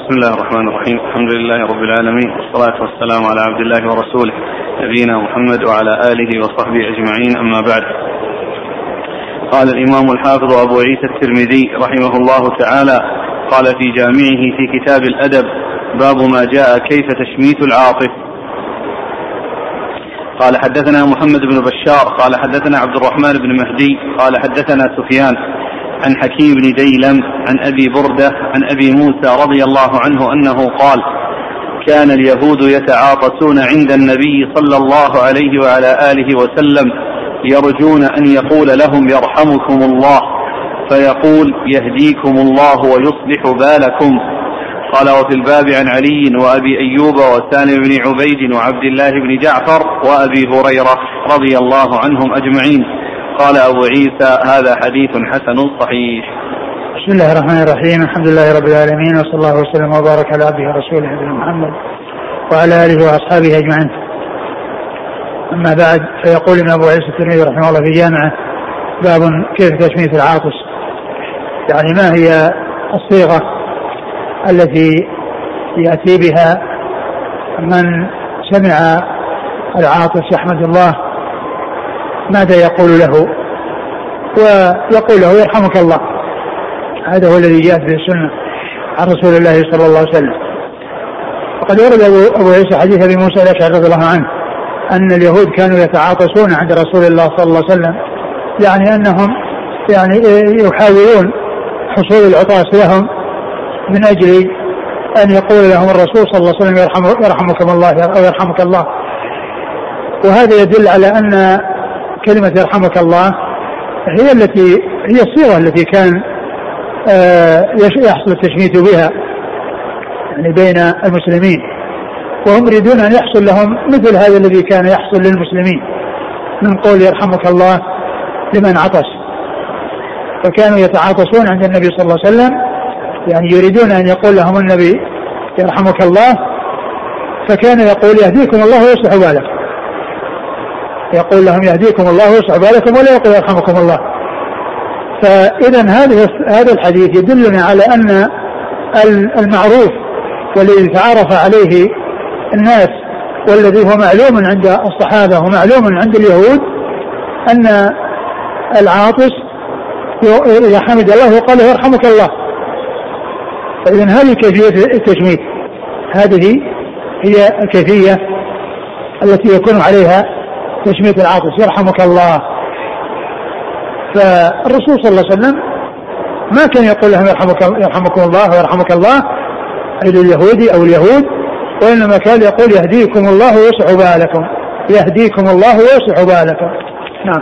بسم الله الرحمن الرحيم. الحمد لله رب العالمين، والصلاة والسلام على عبد الله ورسوله نبينا محمد وعلى آله وصحبه أجمعين، أما بعد. قال الإمام الحافظ أبو عيسى الترمذي رحمه الله تعالى قال في جامعه في كتاب الأدب: باب ما جاء كيف تشميت العاطف. قال حدثنا محمد بن بشار قال حدثنا عبد الرحمن بن مهدي قال حدثنا سفيان عن حكيم بن ديلم عن أبي بردة عن أبي موسى رضي الله عنه أنه قال: كان اليهود يتعاطسون عند النبي صلى الله عليه وعلى آله وسلم يرجون أن يقول لهم يرحمكم الله، فيقول يهديكم الله ويصلح بالكم. قال: وفي الباب عن علي وأبي أيوب وسالم بن عبيد وعبد الله بن جعفر وأبي هريرة رضي الله عنهم أجمعين. قال أبو عيسى: هذا حديث حسن صحيح. بسم الله الرحمن الرحيم. الحمد لله رب العالمين، وصلى الله وسلم وبارك على عبده ورسوله نبينا محمد وعلى آله وأصحابه أجمعين. أما بعد، فيقول ابن أبو عيسى الترمذي رحمه الله في جامعه: باب كيف تشميت العاطس، يعني ما هي الصيغة التي يأتي بها من سمع العاطس يحمد الله، ماذا يقول له؟ ويقول له يرحمك الله. هذا هو الذي جاءت به السنة عن رسول الله صلى الله عليه وسلم. وقد ورد أبو عيسى حديث أبي موسى الأشعري رضي الله عنه أن اليهود كانوا يتعاطسون عند رسول الله صلى الله عليه وسلم، يعني أنهم يعني يحاولون حصول العطاس لهم من أجل أن يقول لهم الرسول صلى الله عليه وسلم يرحمكم الله أو يرحمك الله. وهذا يدل على أن كلمة يرحمك الله هي الصيغة التي كان يحصل التشميت بها يعني بين المسلمين، وهم يريدون أن يحصل لهم مثل هذا الذي كان يحصل للمسلمين من قول يرحمك الله لمن عطس. فكانوا يتعاطسون عند النبي صلى الله عليه وسلم، يعني يريدون أن يقول لهم النبي يرحمك الله، فكان يقول يهديكم الله ويصلح بالكم، يقول لهم يهديكم الله ويصلح بالكم ولا يقول يرحمكم الله. فإذا هذا الحديث يدلنا على أن المعروف والذي تعارف عليه الناس والذي هو معلوم عند الصحابة ومعلوم عند اليهود أن العاطس إذا حمد الله يقال له يرحمك الله. فإذا هذه كيفية التشميت، هذه هي الكيفية التي يكون عليها تشميت العاطس، يرحمك الله. فالرسول صلى الله عليه وسلم ما كان يقول لهم يرحمكم الله ويرحمك الله أي لليهودي أو اليهود، وإنما كان يقول يهديكم الله ويصلح بالكم، يهديكم الله ويصلح بالكم. نعم.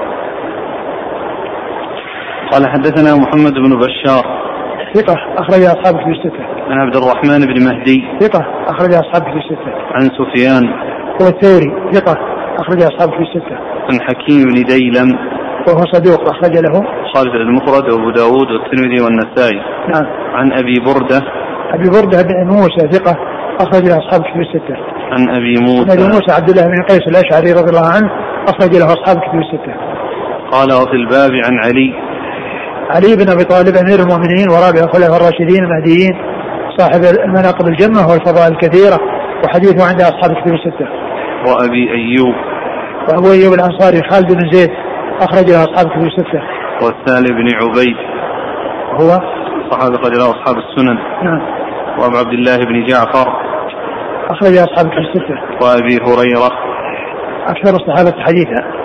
قال حدثنا محمد بن بشار ثقة أخرج أصحابه في الستة. عن عبد الرحمن بن مهدي ثقة أخرج أصحابه في الستة. عن سفيان والثوري ثقة أخرج أصحابه في الستة. عن حكيم بن ديلم وهو صدوق أخرج له خالد المفرد وأبو داود والترمذي والنسائي. نعم. عن أبي بردة بن موسى ثقة أخرج أصحابه في الستة. عن أبي موسى عبد الله بن قيس الأشعري رضي الله عنه أخرج له أصحابه في الستة. قال: وفي الباب عن علي بن أبي طالب أمير المؤمنين ورابع الخلفاء الراشدين المهديين صاحب المناقب الجمة والفضائل الكثيرة، وحديثه عند أصحاب الكتب الستة. وأبي أيوب الأنصاري خالد بن زيد أخرج له أصحاب الكتب الستة. والسالم بن عبيد هو صحابي قد له أصحاب السنن. نعم. وأبو عبد الله بن جعفر أخرج أصحاب الكتب الستة. وأبي هريرة أكثر الصحابة حديثا.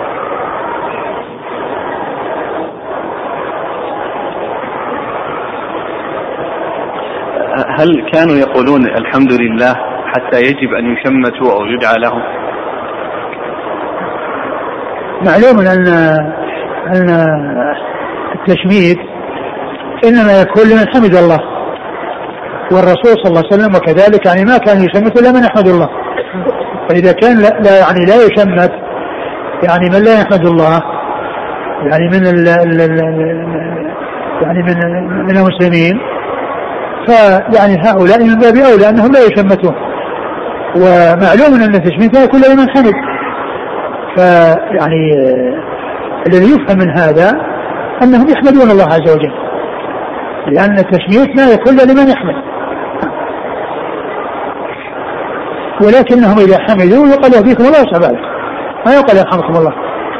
هل كانوا يقولون الحمد لله حتى يجب أن يشمتوا أو يدعى لهم؟ معلوم أن التشميت إنما يكون لمن حمد الله، والرسول صلى الله عليه وسلم وكذلك يعني ما كان يشمت إلا من يحمد الله. فإذا كان لا يشمت يعني من لا يحمد الله، يعني من المسلمين، فيعني هؤلاء من باب أولى أنهم لا يشمتون. ومعلوم أن التشميت لا يكون لمن حمد. فيعني الذي يفهم من هذا أنهم يحمدون الله عز وجل، لأن التشميت لا يكون لمن يحمد. ولكنهم إذا حمدوا يقال يهديكم الله ويصلح بالكم، ما يقال يرحمكم الله.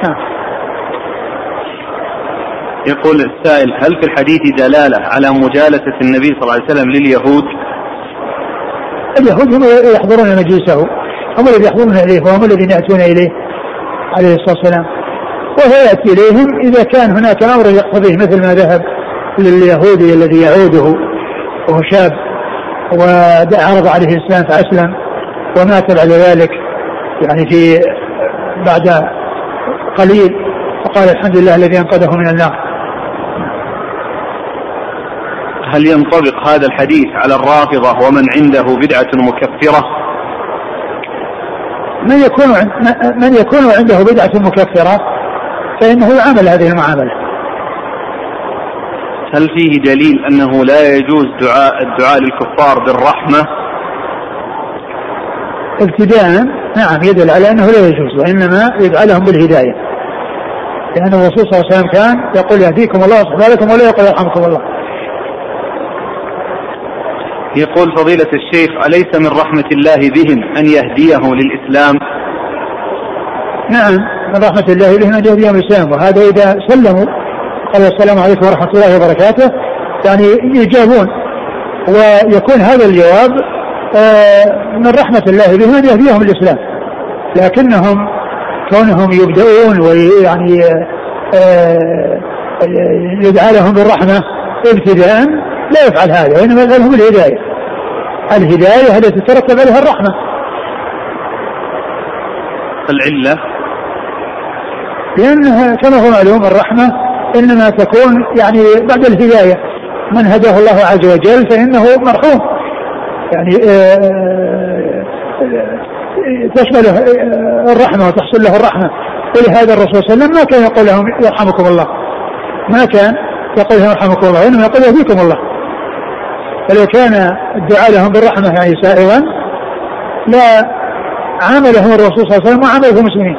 يقول السائل: هل في الحديث دلالة على مجالسة النبي صلى الله عليه وسلم لليهود؟ اليهود هم يحضرون مجلسه، هم الذين يحضرون إليه وهم الذين يأتون إليه عليه الصلاة والسلام، وهو يأتي إليهم إذا كان هناك أمر يقتضيه، مثل ما ذهب لليهودي الذي يعوده وهو شاب وعرض عليه الإسلام فأسلم ومات بعد ذلك يعني في بعد قليل، وقال الحمد لله الذي أنقذه من النار. هل ينطبق هذا الحديث على الرافضة ومن عنده بدعة مكفرة؟ من يكون عنده بدعة مكفرة فإنه يعامل هذه المعاملة. هل فيه دليل أنه لا يجوز الدعاء للكفار بالرحمة؟ ابتداء نعم يدل على أنه لا يجوز، وإنما يدعى لهم بالهداية، لأن الرسول صلى الله عليه وسلم كان يقول يهديكم الله ويصلح بالكم ولا يقول يرحمكم الله. يقول فضيلة الشيخ: أليس من رحمة الله بهم أن يهديهم للإسلام؟ نعم من رحمة الله بهم أن يهديهم للإسلام، وهذا إذا سلموا قال السلام عليكم ورحمة الله وبركاته يعني يجابون، ويكون هذا الجواب من رحمة الله بهم أن يهديهم للإسلام. لكنهم كونهم يبدأون ويعني يدعى لهم بالرحمة ابتداء لا يفعل هذا، وإنما يدعى لهم الهداية، الهداية التي تترتب عليها الرحمة. العلة لأنها كما هو معلوم الرحمة إنما تكون يعني بعد الهداية، من هداه الله عز وجل فإنه مرحوم، يعني تشمل الرحمة وتحصل له الرحمة. ولهذا الرسول صلى الله عليه وسلم ما كان يقول لهم يرحمكم الله، ما كان يقول لهم يرحمكم الله، وإنما يقول يهديكم الله. فلو كان الدعاء لهم بالرحمة يعني سائغا لا عاملهم الرسول صلى الله عليه وسلم وعامله المسلمين.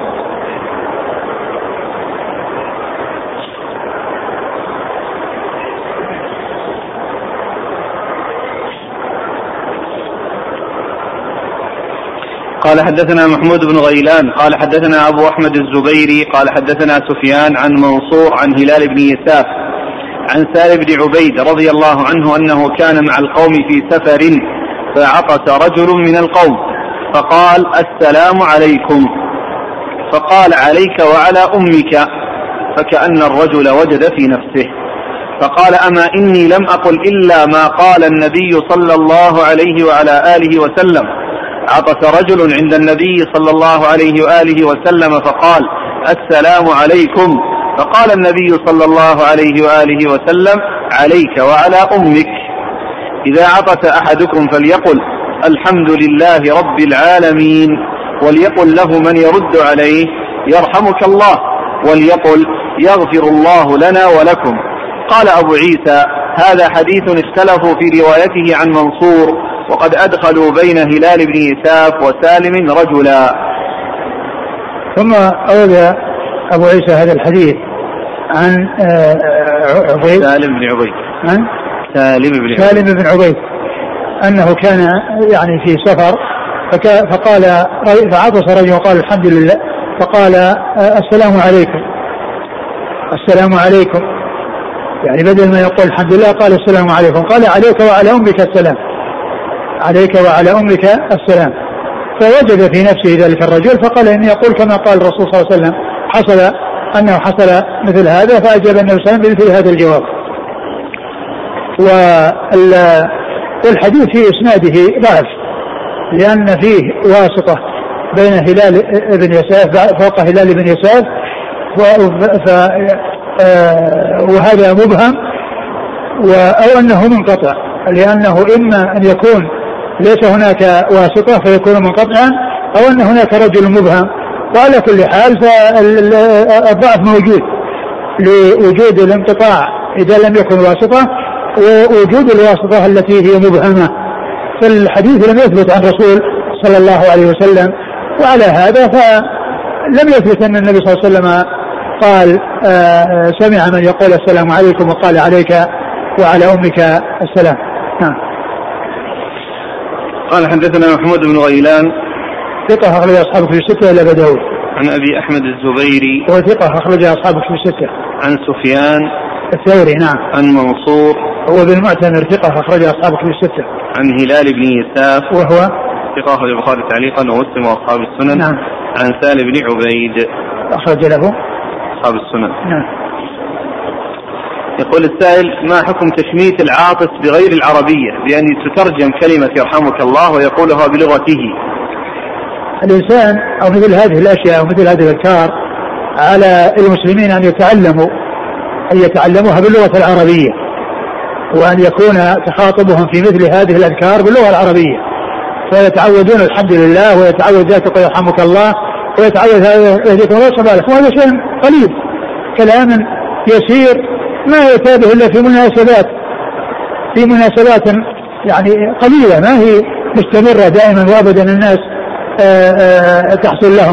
قال حدثنا محمود بن غيلان قال حدثنا أبو أحمد الزبيري قال حدثنا سفيان عن منصور عن هلال بن يساف عن سالم بن عبيد رضي الله عنه أنه كان مع القوم في سفر فعطس رجل من القوم فقال: السلام عليكم، فقال: عليك وعلى أمك، فكأن الرجل وجد في نفسه، فقال: أما إني لم أقل إلا ما قال النبي صلى الله عليه وعلى آله وسلم. عطس رجل عند النبي صلى الله عليه وآله وسلم فقال: السلام عليكم، فقال النبي صلى الله عليه وآله وسلم: عليك وعلى أمك. إذا عطس أحدكم فليقل: الحمد لله رب العالمين، وليقل له من يرد عليه: يرحمك الله، وليقل: يغفر الله لنا ولكم. قال أبو عيسى: هذا حديث اختلفوا في روايته عن منصور، وقد أدخلوا بين هلال بن يساف وسالم رجلا. ثم أورد أبو عيسى هذا الحديث عن عبيد سالم بن عبيد عن سالم بن عبيد أنه كان يعني في سفر فقال فعطس رجل وقال: الحمد لله، فقال: السلام عليكم، السلام عليكم، يعني بدل ما يقول الحمد لله قال السلام عليكم، قال: عليك وعلى أمك السلام، عليك وعلى أمك السلام. فوجد في نفسه ذلك الرجل فقال: إني أقول كما قال الرسول صلى الله عليه وسلم، حصل مثل هذا، فأجاب النبي صلى الله عليه وسلم بمثل هذا الجواب. والحديث في إسناده ضعف، لأن فيه واسطة بين هلال بن يساف فوق هلال بن يساف، وهذا مبهم، أو أنه منقطع، لأنه إما أن يكون ليس هناك واسطة فيكون منقطعا، أو أن هناك رجل مبهم. وعلى كل حال فالضعف موجود لوجود الانقطاع إذا لم يكن واسطة، ووجود الواسطة التي هي مبهمة. فالحديث لم يثبت عن الرسول صلى الله عليه وسلم، وعلى هذا فلم يثبت أن النبي صلى الله عليه وسلم قال سمع من يقول السلام عليكم وقال: عليك وعلى أمك السلام. قال حدثنا محمود بن غيلان ثقة أخرج أصحاب كتب الستة إلا أبا داود. عن أبي أحمد الزبيري هو ثقة أخرج أصحاب كتب الستة. عن سفيان الثوري نعم. عن منصور هو بالمعتمر ثقة أخرج أصحاب كتب الستة. عن هلال بن يساف وهو ثقة أخرج البخاري تعليقا ومسلم وأصحاب السنن. نعم. عن سالم بن عبيد أخرج له أصحاب السنن. نعم. يقول السائل: ما حكم تشميت العاطس بغير العربية بأن تترجم كلمة يرحمك الله ويقولها بلغته؟ الإنسان أو مثل هذه الأشياء أو مثل هذه الأذكار على المسلمين أن يتعلموها باللغة العربية، وأن يكون تخاطبهم في مثل هذه الأذكار باللغة العربية، فيتعودون الحمد لله ويتعود ذاتك يرحمك الله ويتعود يهديكم الله سبحانه. وهذا شيء قليل، كلام يسير ما يتابه إلا في مناسبات يعني قليلة، ما هي مستمرة دائما وابدا الناس تحصل لهم.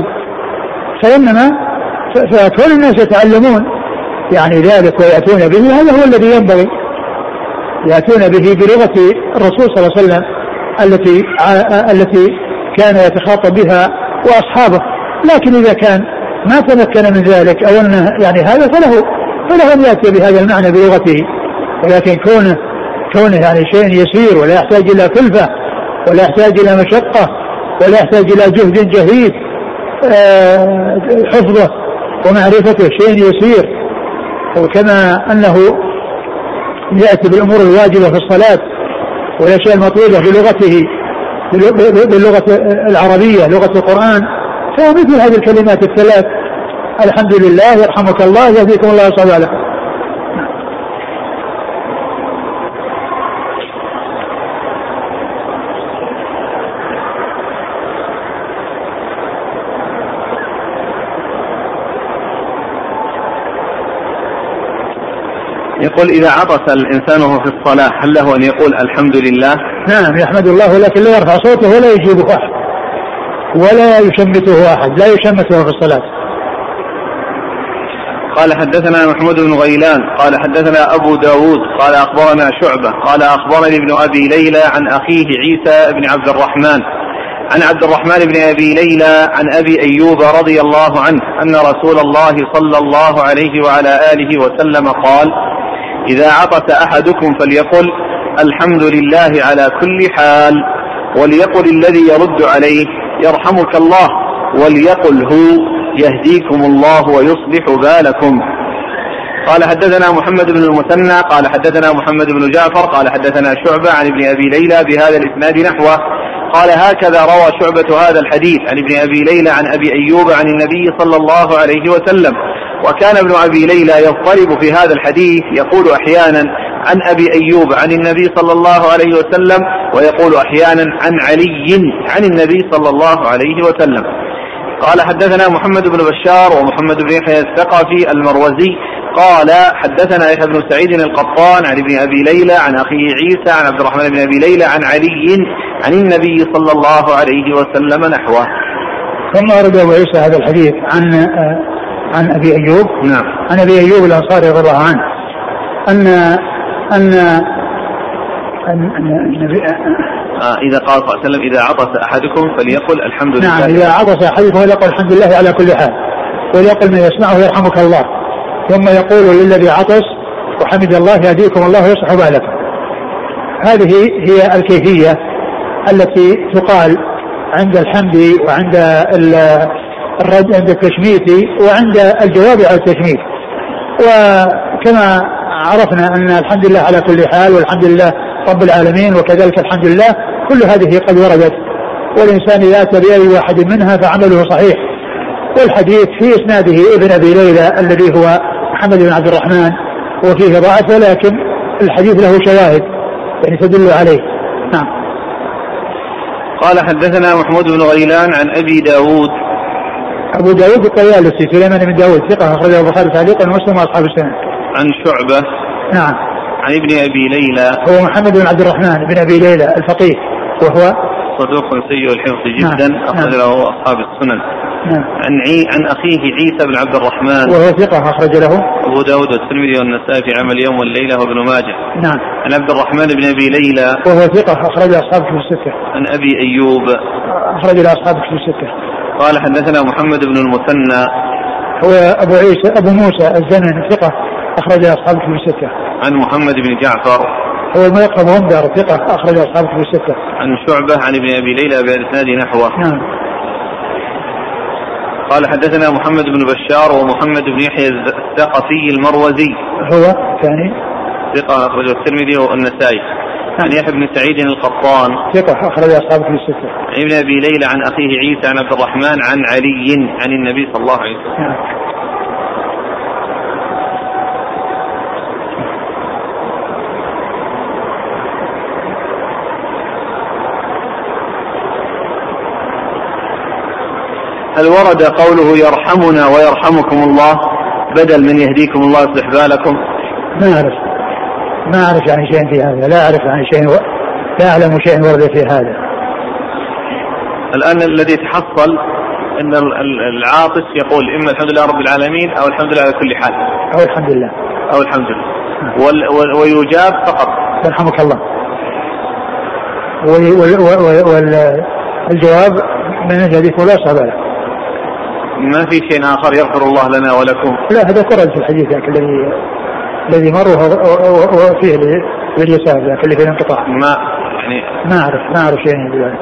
فكون الناس يتعلمون يعني ذلك ويأتون به، هذا هو الذي ينبغي، يأتون به بلغة الرسول صلى الله عليه وسلم التي كان يتخاطب بها وأصحابه. لكن إذا كان ما تمكن من ذلك أو أنه يعني هذا فله أن يأتي بهذا المعنى بلغته، ولكن كونه يعني شيء يسير ولا يحتاج إلى كلفة ولا يحتاج إلى مشقة ولا يحتاج إلى جهد جهيد حفظه ومعرفته، شيء يسير. وكما أنه يأتي بالأمور الواجبة في الصلاة والأشياء المطلوبة بلغته باللغة العربية لغة القرآن، فمثل هذه الكلمات الثلاث: الحمد لله، يرحمك الله، يهديكم الله ويصلح لكم. يقول: إذا عطس الإنسان وهو في الصلاة هل له أن يقول الحمد لله؟ نعم يحمد الله، ولكن لا يرفع صوته ولا يجيبه أحد ولا يشمته أحد، لا يشمته في الصلاة. قال: حدثنا محمود بن غيلان قال حدثنا أبو داود قال أخبرنا شعبة قال أخبرني ابن أبي ليلى عن أخيه عيسى بن عبد الرحمن عن عبد الرحمن بن أبي ليلى عن أبي أيوب رضي الله عنه أن رسول الله صلى الله عليه وعلى آله وسلم قال: إذا عطس أحدكم فليقل الحمد لله على كل حال، وليقل الذي يرد عليه يرحمك الله، وليقل هو يهديكم الله ويصلح بالكم. قال: حدثنا محمد بن المثنى قال حدثنا محمد بن جعفر قال حدثنا شعبة عن ابن أبي ليلى بهذا الإسناد نحوه. قال: هكذا روى شعبة هذا الحديث عن ابن أبي ليلى عن أبي أيوب عن النبي صلى الله عليه وسلم. وكان ابن أبي ليلى يضطرب في هذا الحديث، يقول أحيانا عن أبي أيوب عن النبي صلى الله عليه وسلم، ويقول أحيانا عن علي عن النبي صلى الله عليه وسلم. قال: حدثنا محمد بن بشار ومحمد بن يحيى الثقفي المروزي قال حدثنا يحيى بن سعيد القطان عن ابن أبي ليلى عن أخيه عيسى عن عبد الرحمن بن أبي ليلى عن علي عن النبي صلى الله عليه وسلم نحوه. ثم أرد أبو عيسى هذا الحديث عن أبي أيوب. نعم. عن أبي أيوب الأنصاري رضي الله عنه أن إذا قال صلى الله عليه وسلم: إذا عطس أحدكم فليقل الحمد لله. نعم، إذا عطس أحدكم فليقل الحمد لله على كل حال، وليقل من يسمعه يرحمك الله، ثم يقول للذي عطس وحمد الله يهديكم الله ويصلح بالكم. هذه هي الكيفية التي تقال عند الحمد وعند الرد عند التشميت وعند الجواب على التشميت. وكما عرفنا أن الحمد لله على كل حال والحمد لله رب العالمين وكذلك الحمد لله، كل هذه قد وردت، والإنسان إذا أتى بأي واحد منها فعمله صحيح. والحديث في إسناده ابن أبي ليلى الذي هو محمد بن عبد الرحمن وفيه ضعف، ولكن الحديث له شواهد يعني تدل عليه. نعم. قال: حدثنا محمود بن غيلان عن أبي داود. أبو داود الطيالسي سليمان بن داود ثقة أخرجه البخاري تعليقا ومسلم وأصحاب السنن. عن شعبة. نعم. عن ابن أبي ليلى هو محمد بن عبد الرحمن بن أبي ليلى الفقيه، وهو صدوق سيء الحفظ جدا، أخرج له أصحاب السنن. عن أخيه عيسى بن عبد الرحمن وهو ثقة أخرج له أبو داود والترمذي والنسائي في عمل يوم والليلة وابن ماجه. نعم. عن عبد الرحمن بن أبي ليلى وهو ثقة أخرج أصحاب كتب الستة. عن أبي أيوب أخرج أصحاب كتب الستة. قال حدثنا محمد بن المثنى هو أبو عيسى أبو موسى الزمن ثقة أخرج أصحاب كتب الستة. عن محمد بن جعفر هو الملقب وندر ثقة أخرج أصحاب كتب الستة. عن شعبة عن ابن أبي ليلى بإسناد نحوه. نعم. قال حدثنا محمد بن بشار ومحمد بن يحيى الثقفي المروزي هو ثاني ثقة أخرجه الترمذي والنسائي. عن يحيى بن سعيد القطان ثقة أخرج أصحاب كتب الستة. عن ابن أبي ليلى عن أخيه عيسى عن عبد الرحمن عن علي عن النبي صلى الله عليه وسلم. هل ورد قوله يرحمنا ويرحمكم الله بدل من يهديكم الله يصلح بالكم؟ ما أعرف عن شيء في هذا، لا أعرف عن شيء، لا أعلم شيء ورد في هذا. الآن الذي تحصل أن العاطس يقول إما الحمد لله رب العالمين أو الحمد لله على كل حال أو الحمد لله أو الحمد لله ويجاب فقط يرحمك الله، والجواب من الحديث ولا صعب له، ما في شيء آخر يغفر الله لنا ولكم. لا هذا كرر في الحديث الذي مر وفيه باليسار لكن اللي فيه الانقطاع ما أعرف شيء من ذلك.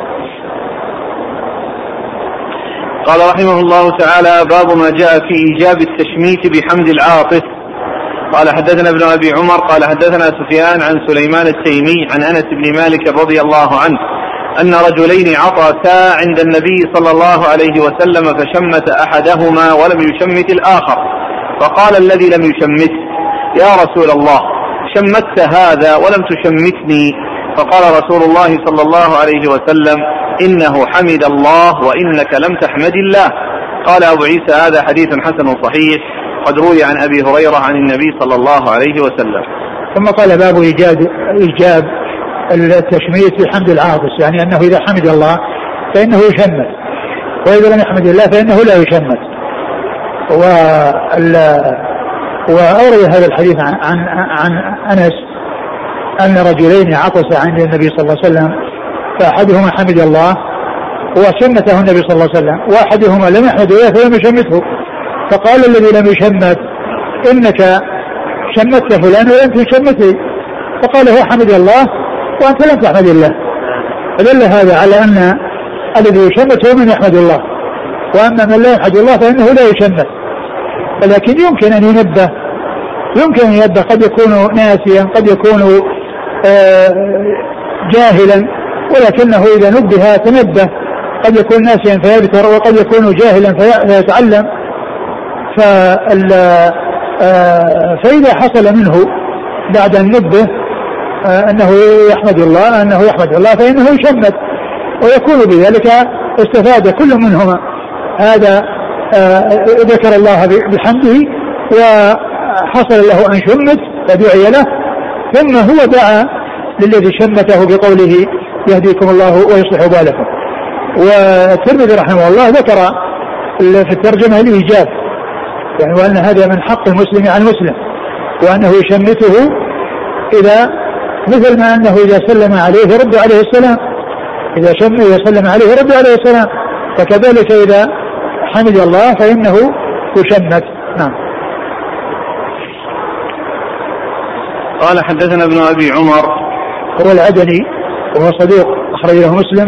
قال رحمه الله تعالى باب ما جاء في إيجاب التشميت بحمد العاطس. قال حدثنا ابن أبي عمر قال حدثنا سفيان عن سليمان التيمي عن أنس بن مالك رضي الله عنه أن رجلين عطسا عند النبي صلى الله عليه وسلم فشمت أحدهما ولم يشمت الآخر، فقال الذي لم يشمت يا رسول الله شمت هذا ولم تشمتني، فقال رسول الله صلى الله عليه وسلم إنه حمد الله وإنك لم تحمد الله. قال أبو عيسى هذا حديث حسن صحيح قد روي عن أبي هريرة عن النبي صلى الله عليه وسلم. ثم قال باب إيجاب التشميت بحمد العاطس، يعني أنه إذا حمد الله فإنه يشمت، وإذا لم يحمد الله فإنه لا يشمت. وأورد هذا الحديث عن أنس أن رجلين عطس عند النبي صلى الله عليه وسلم، فأحدهما حمد الله وشمته النبي صلى الله عليه وسلم، وأحدهما لم يحمد الله فلم يشمته، فقال الذي لم يشمت إنك شمت فلان ولم تشمته، فقال هو حمد الله وأنت لم تحمد الله. فدل هذا على أن الذي يشمت هو من يحمد الله، وأما من لا يحمد الله فإنه لا يشمت. ولكن يمكن أن ينبه قد يكون ناسيا قد يكون جاهلا، ولكنه إذا نبه تنبه، قد يكون ناسيا فيبتر وقد يكون جاهلا فيتعلم. فإذا حصل منه بعد أن نبه أنه يحمد الله فإنه يشمت، ويكون بذلك استفاد كل منهما. هذا ذكر الله بحمده وحصل له أن شمت فدعي له، ثم هو دعا للذي شمته بقوله يهديكم الله ويصلح بالكم. والترمذي رحمه الله ذكر في الترجمة الإيجاب، يعني وأن هذا من حق المسلم على المسلم، وأنه يشمته إذا مثل ما أنه إذا سلم عليه يرد عليه السلام، إذا سلم عليه يرد عليه السلام، فكذلك إذا حمد الله فإنه يشمت. نعم. قال حدثنا ابن أبي عمر هو العدني وهو صديق أخرج له مسلم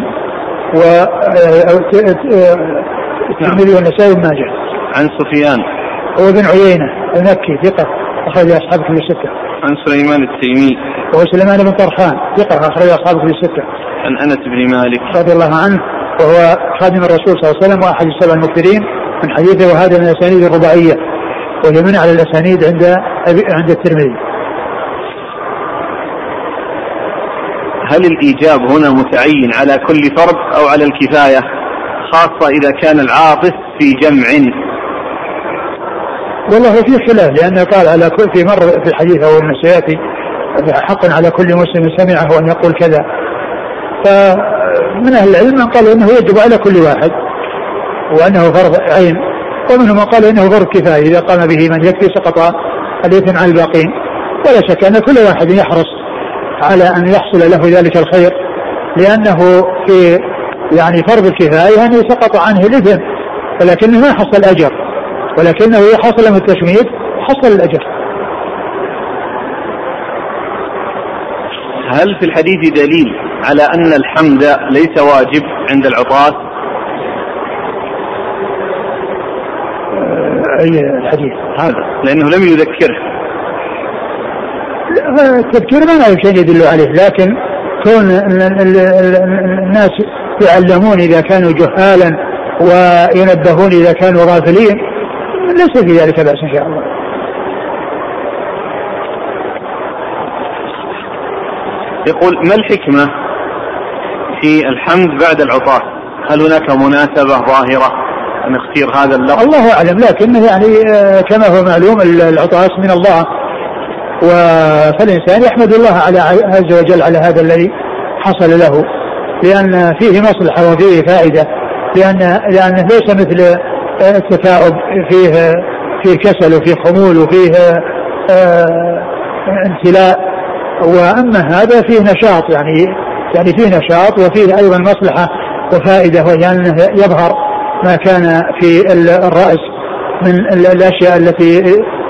والترمذي والنسائي بن ماجه. عن سفيان هو بن عيينة المكي ثقة أخرج أصحاب كتب الستة. عن سليمان التيمي وهو سليمان بن طرخان ثقة أخرج أصحاب كتب الستة. عن أنس بن مالك رضي الله عنه وهو خادم الرسول صلى الله عليه وسلم وأحد السبع المكثرين من حديثه، وهذا من الأسانيد الرباعية وهي من على الأسانيد عند الترمذي. هل الإيجاب هنا متعين على كل فرد أو على الكفاية، خاصة إذا كان العاطس في جمع؟ والله في خلاف، لأنه قال على كل في مر في الحديث أو المسياتي حق على كل مسلم سمعه أن يقول كذا، فمن أهل العلم من قال إنه يجب على كل واحد وأنه فرض عين، ومنهم من قال إنه فرض كفاية، إذا قام به من يكفي سقط الإثم عن الباقين. ولا شك أن كل واحد يحرص على أن يحصل له ذلك الخير، لأنه في يعني فرض الكفاية أنه سقط عنه الإثم ولكنه ما حصل الأجر، ولكنه حصل من التشميت حصل الأجر. هل في الحديث دليل على أن الحمد ليس واجب عند العطاس؟ أي الحديث هذا لأنه لم يذكره. التذكير ما له شيء يدل عليه، لكن كون الناس يعلمون إذا كانوا جهالا وينبهون إذا كانوا غافلين ليس في ذلك بأس إن شاء الله. يقول: ما الحكمة في الحمد بعد العطاس؟ هل هناك مناسبة ظاهرة أن اختير هذا اللفظ؟ الله أعلم، لكن يعني كما هو معلوم العطاس من الله، فالإنسان يحمد الله على عز وجل على هذا الذي حصل له، لأن فيه مصلحة وفيه فائدة، لأنه ليس مثل التثاؤب فيه كسل وفيه خمول وفيه امتلاء، وأما هذا فيه نشاط، يعني فيه نشاط وفيه أيضا مصلحة وفائدة، وهي أنه يظهر ما كان في الرأس من الأشياء التي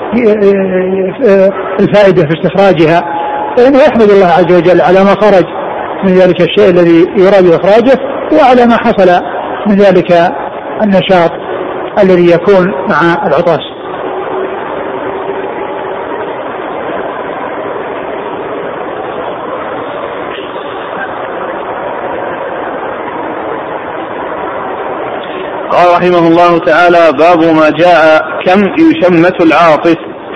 الفائدة في استخراجها، فإنه يحمد الله عز وجل على ما خرج من ذلك الشيء الذي يراد إخراجه، وعلى ما حصل من ذلك النشاط الذي يكون مع العطاس. قال رحمه الله تعالى: باب ما جاء كم يشمت العاطس.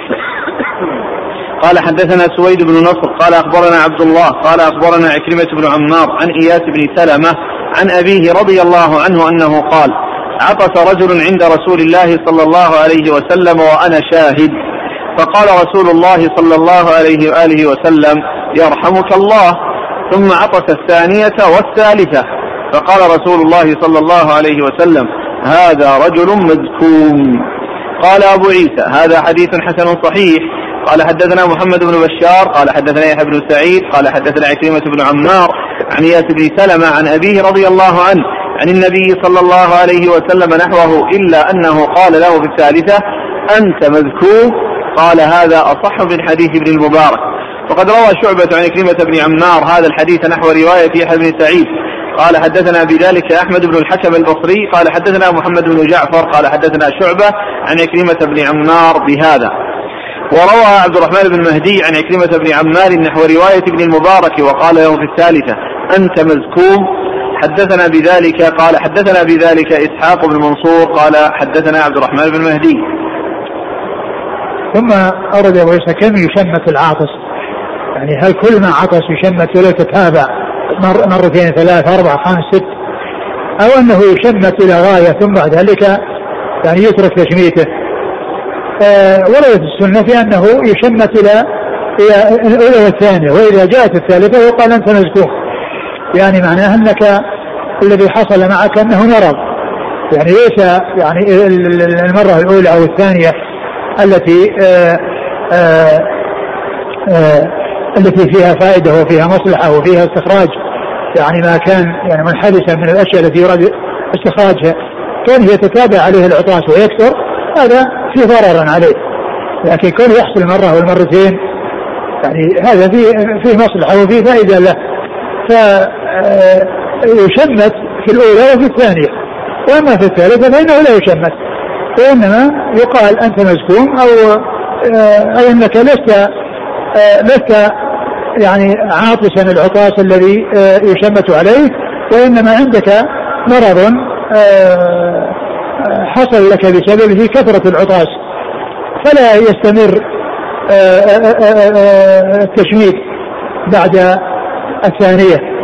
قال: حدثنا سويد بن نصر قال أخبرنا عبد الله قال أخبرنا عكرمة بن عمار عن إياس بن سلمة عن أبيه رضي الله عنه أنه قال: عطس رجل عند رسول الله صلى الله عليه وسلم وأنا شاهد، فقال رسول الله صلى الله عليه وآله وسلم: يرحمك الله، ثم عطس الثانية والثالثة، فقال رسول الله صلى الله عليه وسلم: هذا رجل مذكوم. قال أبو عيسى: هذا حديث حسن صحيح. قال: حدثنا محمد بن بشار قال حدثنا يحيى بن سعيد قال حدثنا عكرمة بن عمار عن إياس بن سلمة عن أبيه رضي الله عنه عن النبي صلى الله عليه وسلم نحوه، إلا أنه قال له في الثالثة: أنت مذكوم. قال: هذا أصح من حديث ابن المبارك. وقد روى شعبة عن عكرمة بن عمار هذا الحديث نحو رواية يحيى بن سعيد قال حدثنا بذلك أحمد بن الحكم البصري قال حدثنا محمد بن جعفر قال حدثنا شعبة عن عكرمة بن عمار بهذا. وروى عبد الرحمن بن مهدي عن عكرمة بن عمار نحو رواية ابن المبارك وقال له في الثالثة: أنت مذكوم. حدثنا بذلك قال حدثنا بذلك إسحاق بن منصور قال حدثنا عبد الرحمن بن مهدي. ثم أورد أبو عيسى: كم يشمت العاطس، يعني هل كل ما عطس يشمت ولا تتابع مرتين ثلاث أربع خمس ست، أو أنه يشمت إلى غاية ثم بعد ذلك يعني يترك تشميته؟ وردت السنة في أنه يشمت إلى الأولى والثانية، وإذا جاءت الثالثة يقال أنت مذكور، يعني معناه أنك الذي حصل معك أنه مرض، يعني ليس يعني المرة الأولى أو الثانية التي فيها فائدة وفيها مصلحة وفيها استخراج، يعني ما كان يعني منحدثا من الأشياء التي يراد استخراجها، كان يتتابع عليه العطاس ويكثر، هذا فيه ضرر عليه، لكن كون يحصل مرة والمرتين يعني هذا فيه مصلحة وفيه فائدة له، فيشمت في الأولى وفي الثانية، وأما في الثالثة فإنه لا يشمت، وإنما يقال أنت مزكوم أو أنك لست يعني عاطسا العطاس الذي يشمت عليه، وإنما عندك مرض حصل لك بسببه كثرة العطاس، فلا يستمر التشميت بعد الثانية.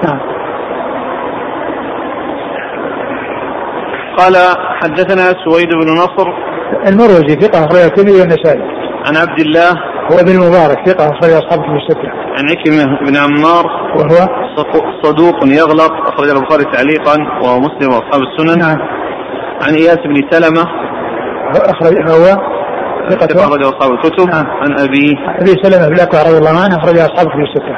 قال: حدثنا سويد بن نصر المروزي ثقة أخرجه الترمذي والنسائي. عن عبد الله هو ابن المبارك ثقة أخرج أصحاب كتب الستة. عن عكرمة بن عمار وهو صدوق يغلط أخرج البخاري تعليقا ومسلم وأصحاب السنن. نعم. عن إياس بن سلمة أخرج هو ثقة أخرج أصحاب الكتب. نعم. عن أبي سلمة بن الأكوع رضي الله عنه أخرج أصحاب كتب الستة.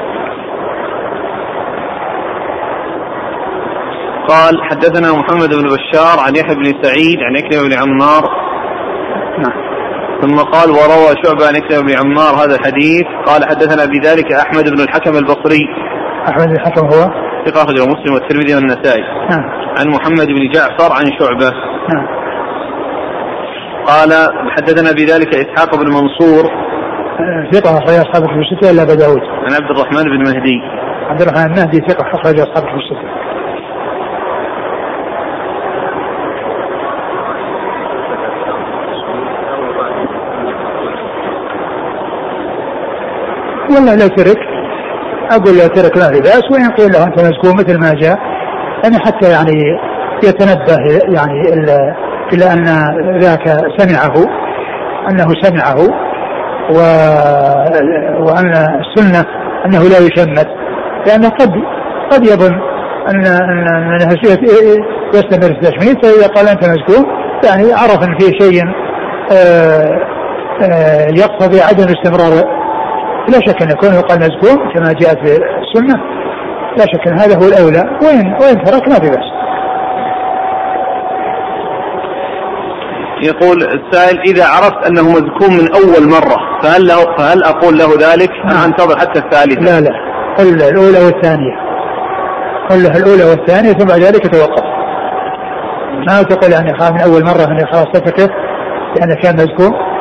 قال حدثنا محمد بن بشار عن يحيى بن سعيد عن عكرمة بن عمار. نعم. ثم قال وروى شعبة عن عكرمة بن عمار هذا الحديث. قال حدثنا بذلك أحمد بن الحكم البصري. أحمد بن الحكم هو ثقة أخرجه مسلم والترمذي والنسائي. نعم. عن محمد بن جعفر عن شعبة. نعم. قال حدثنا بذلك إسحاق بن منصور ثقة أخرج أصحاب كتب الستة إلا أبا داود. عن عبد الرحمن بن مهدي. عبد الرحمن المهدي ثقة أخرج أصحاب كتب الستة. والله لو ترك أقول لو ترك لا بأس، وإن قيل له أنت مزكوم مثل ما جاء يعني حتى يعني يتنبه يعني إلى أن ذاك سمعه أنه سمعه وأن السنة أنه لا يشمت، لأنه قد يظن أنه يستمر في التشميت، فإذا قال أنت مزكوم يعني عرف أن فيه شيء يقتضي عدم استمرار. لا شك أن يكون قال مزكوم كما جاءت في السنة، لا شك أن هذا هو الأولى، وإن ترك ما في بأس. يقول السائل إذا عرفت أنه مزكوم من أول مرة فهل أقول له ذلك أم أنتظر حتى الثالثة؟ لا قل الأولى والثانية، قل له الأولى والثانية ثم بعد ذلك توقف. ما تقول يعني خاف من أول مرة أنه خلاص تفكر لأنه كان مزكوم.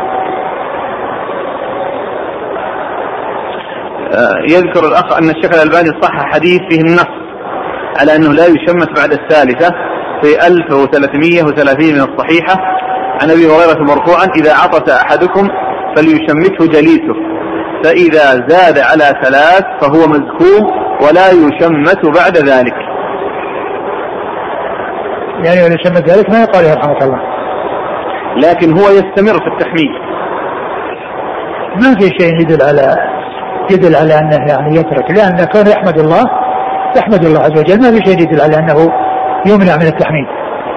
يذكر الأخ أن الشيخ الألباني صح حديث فيه النص على أنه لا يشمت بعد الثالثة في 1330 من الصحيحة عن أبي هريرة مرفوعا إذا عطس أحدكم فليشمته جليسه فإذا زاد على 3 فهو مزكوم ولا يشمت بعد ذلك. يعني ولا يشمت ذلك ما يقال يرحمك الله، لكن هو يستمر في التحميد. ما في شيء يدل على أنه يعني يترك، لأن كون يحمد الله عز وجل ما في شيء يدل على أنه يمنع من التحميد.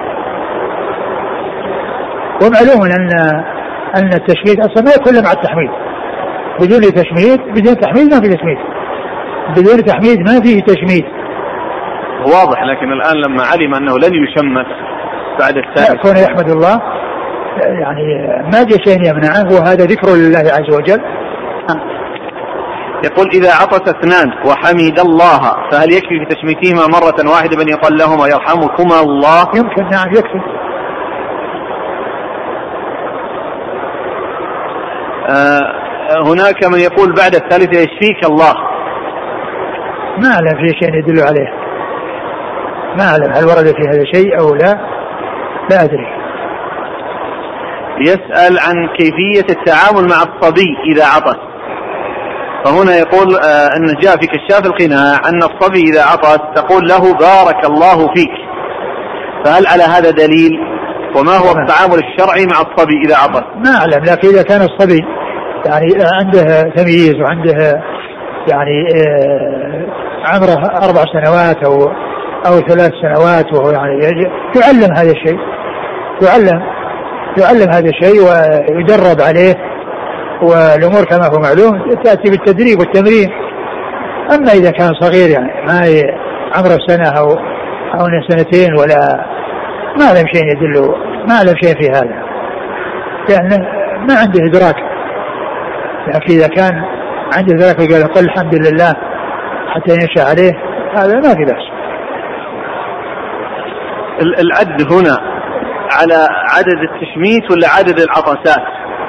ومعلوم أن التشميد أصلا ما يكون مع التحميد، بدون تحميد ما في تشميد، بدون تحميد ما فيه تشميد. واضح، لكن الآن لما علم أنه لن يشمت بعد الثالث كون يحمد الله يعني ما جاء شيء يمنعه، وهذا ذكر لله عز وجل. يقول إذا عطس 2 وحمد الله فهل يكفي في تشميتهما مرة واحدة بأن يقال لهما يرحمكما الله؟ يمكن، نعم يكفي. هناك من يقول بعد الثالثة يشفيك الله. ما أعلم في شيء يدل عليه، ما أعلم هل ورد في هذا شيء أو لا أدري. يسأل عن كيفية التعامل مع الصبي إذا عطس، فهنا يقول أن جاء في كشاف القناع أن الصبي إذا عطس تقول له بارك الله فيك، فهل على هذا دليل؟ وما هو التعامل الشرعي مع الصبي إذا عطس؟ ما أعلم، لكن إذا كان الصبي يعني عنده تمييز وعنده يعني عمره 4 سنوات أو 3 سنوات، وهو يعني يعلم هذا الشيء، يعلم هذا الشيء ويدرب عليه، والأمور كما هو معلوم تأتي بالتدريب والتمرين. أما إذا كان صغير يعني ما عمره سنة أو 2 ولا ما أعلم شيء يدل، ما أعلم شيء في هذا، لأنه ما عنده إدراك. لكن إذا كان عنده إدراك وقال قل الحمد لله حتى ينشأ عليه هذا ما في بأس. العد هنا على عدد التشميت ولا عدد العطسات؟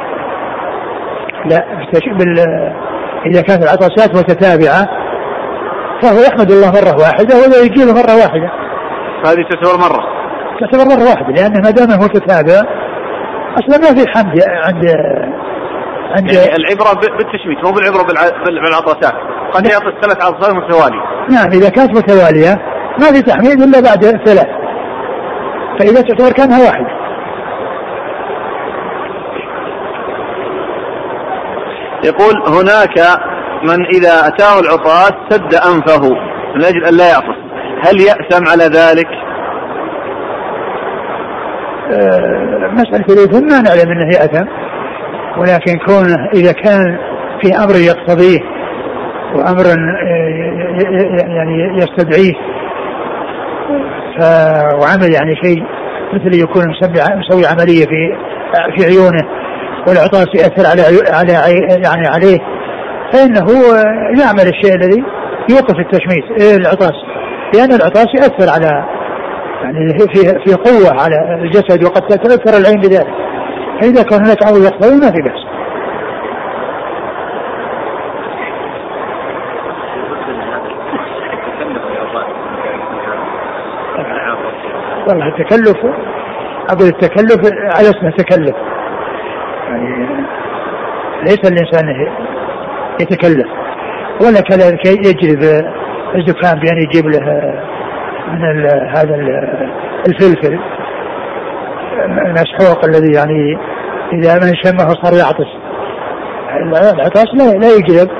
لا، إذا كانت العطسات متتابعة فهو يحمد الله مرة واحدة ولا يجيله مرة واحدة، هذه تعتبر مرة واحدة، لأنه ما دام متتابع أصلا ما في حمد عند يعني العبرة بالتشميت مو بالعبرة بالعطسات. قد يعطس 3 عطسات متوالية. نعم، إذا كانت متوالية ما في تحميد إلا بعد 3، فإذا تعتبر كانها واحدة. يقول هناك من إذا أتاه العطاس سد أنفه من أجل أن لا يعطس، هل يأثم على ذلك؟ مسألة الإثم ما نعلم أنه يأثم، ولكن كونه إذا كان في أمر يقتضيه وأمر يعني يستدعيه وعمل يعني شيء مثل يكون مسوي عملية في عيونه والعطاس يأثر عليه، فإنه يعمل الشيء الذي يوقف التشميت العطاس، لأن العطاس يأثر على يعني في قوة على الجسد وقد تتأثر العين بذلك، فإذا كان هناك أمر يقتضي ما في بأس. والله التكلف على اسمه تكلف، يعني ليس الإنسان يتكلف، ولا كذلك يجلب الزكام بأن يجيب له من هذا الفلفل المسحوق الذي يعني إذا من شمه صار يعطس، العطاس لا يجلب.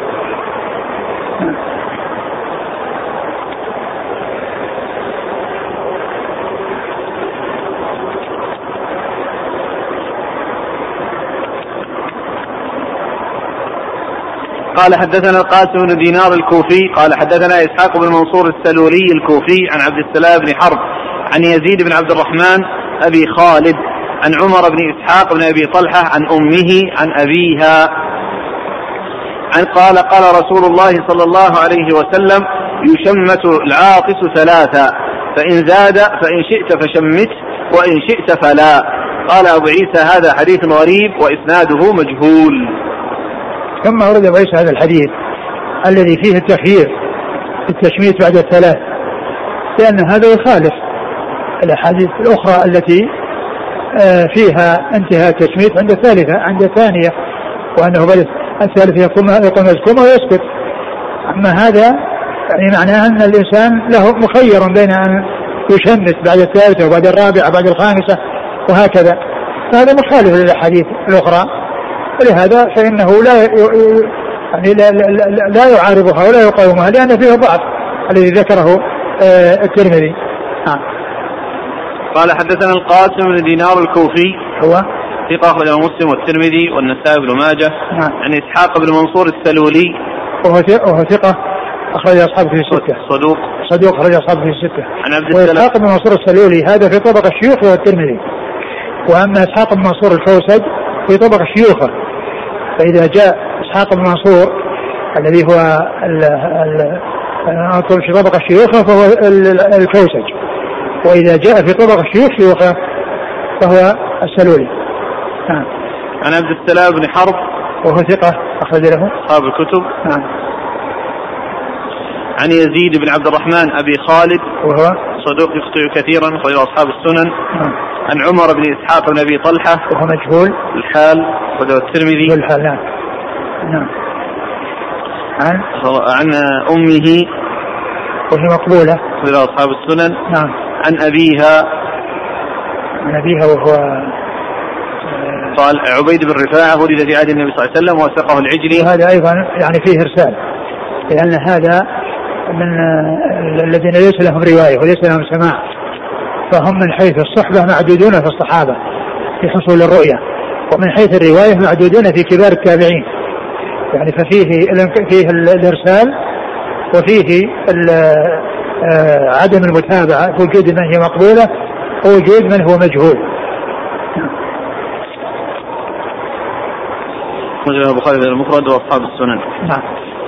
قال حدثنا القاسم بن دينار الكوفي قال حدثنا إسحاق بن منصور السلولي الكوفي عن عبد السلام بن حرب عن يزيد بن عبد الرحمن أبي خالد عن عمر بن إسحاق بن أبي طلحة عن أمه عن أبيها عن قال رسول الله صلى الله عليه وسلم يشمت العاطس ثلاثا فإن زاد فإن شئت فشمت وإن شئت فلا. قال أبو عيسى هذا حديث غريب وإسناده مجهول. ثم ورد أبو عيسى هذا الحديث الذي فيه التخيير التشميت بعد الثلاث، لأن هذا يخالف الأحاديث الأخرى التي فيها انتهاء التشميت عند الثالثة عند الثانية، وأنه بدأ الثالثة يقوم يزكم ويسكت. أما هذا يعني معناه أن الإنسان له مخير بين أن يشمت بعد الثالثة وبعد الرابعة وبعد الخامسة وهكذا، فهذا مخالف للأحاديث الأخرى، ولهذا فإنه لا يعارضها ولا يقاومها، لأن فيه ضعف الذي ذكره الترمذي. قال حدثنا القاسم بن دينار الكوفي هو ثقة أخرجه مسلم والترمذي والنسائي بن ماجه عن إسحاق بن منصور السلولي وهو ثقة أخرج أصحابه في الستة، صدوق أخرج أصحابه في الستة. عن عبد السلام وإسحاق بن منصور السلولي هذا في طبق الشيوخ والترمذي، وأما إسحاق بن منصور الكوسج في طبق الشيوخ، فإذا جاء إسحاق بن منصور الذي هو في طبق الشيوخ فهو الكوسج، وإذا جاء في طبق الشيوخ شيوخه فهو السلولي. عن عبد السلام بن حرب وهو ثقة أخرج له أصحاب الكتب. عن يزيد بن عبد الرحمن أبي خالد وهو صدوق يخطئ كثيرا أخرج أصحاب السنن. عن عمر بن إسحاق بن أبي طلحة وهو مجهول الحال أخرج الترمذي والحال. نعم. عن أمه وهي مقبولة أخرج أصحاب السنن. نعم. عن أبيها وهو قال عبيد بن رفاعة ولد في عهد النبي صلى الله عليه وسلم وثقه العجلي. وهذا أيضا يعني فيه إرسال، لأن هذا من الذين ليس لهم رواية وليس لهم سماع، فهم من حيث الصحبة معدودون في الصحابة في حصول الرؤية، ومن حيث الرواية معدودون في كبار التابعين، يعني فيه الإرسال وفيه عدم المتابعة، وجود من هي مقبولة ووجود من هو مجهول. مجمع البخاري في المفرد وأصحاب السنن. نعم.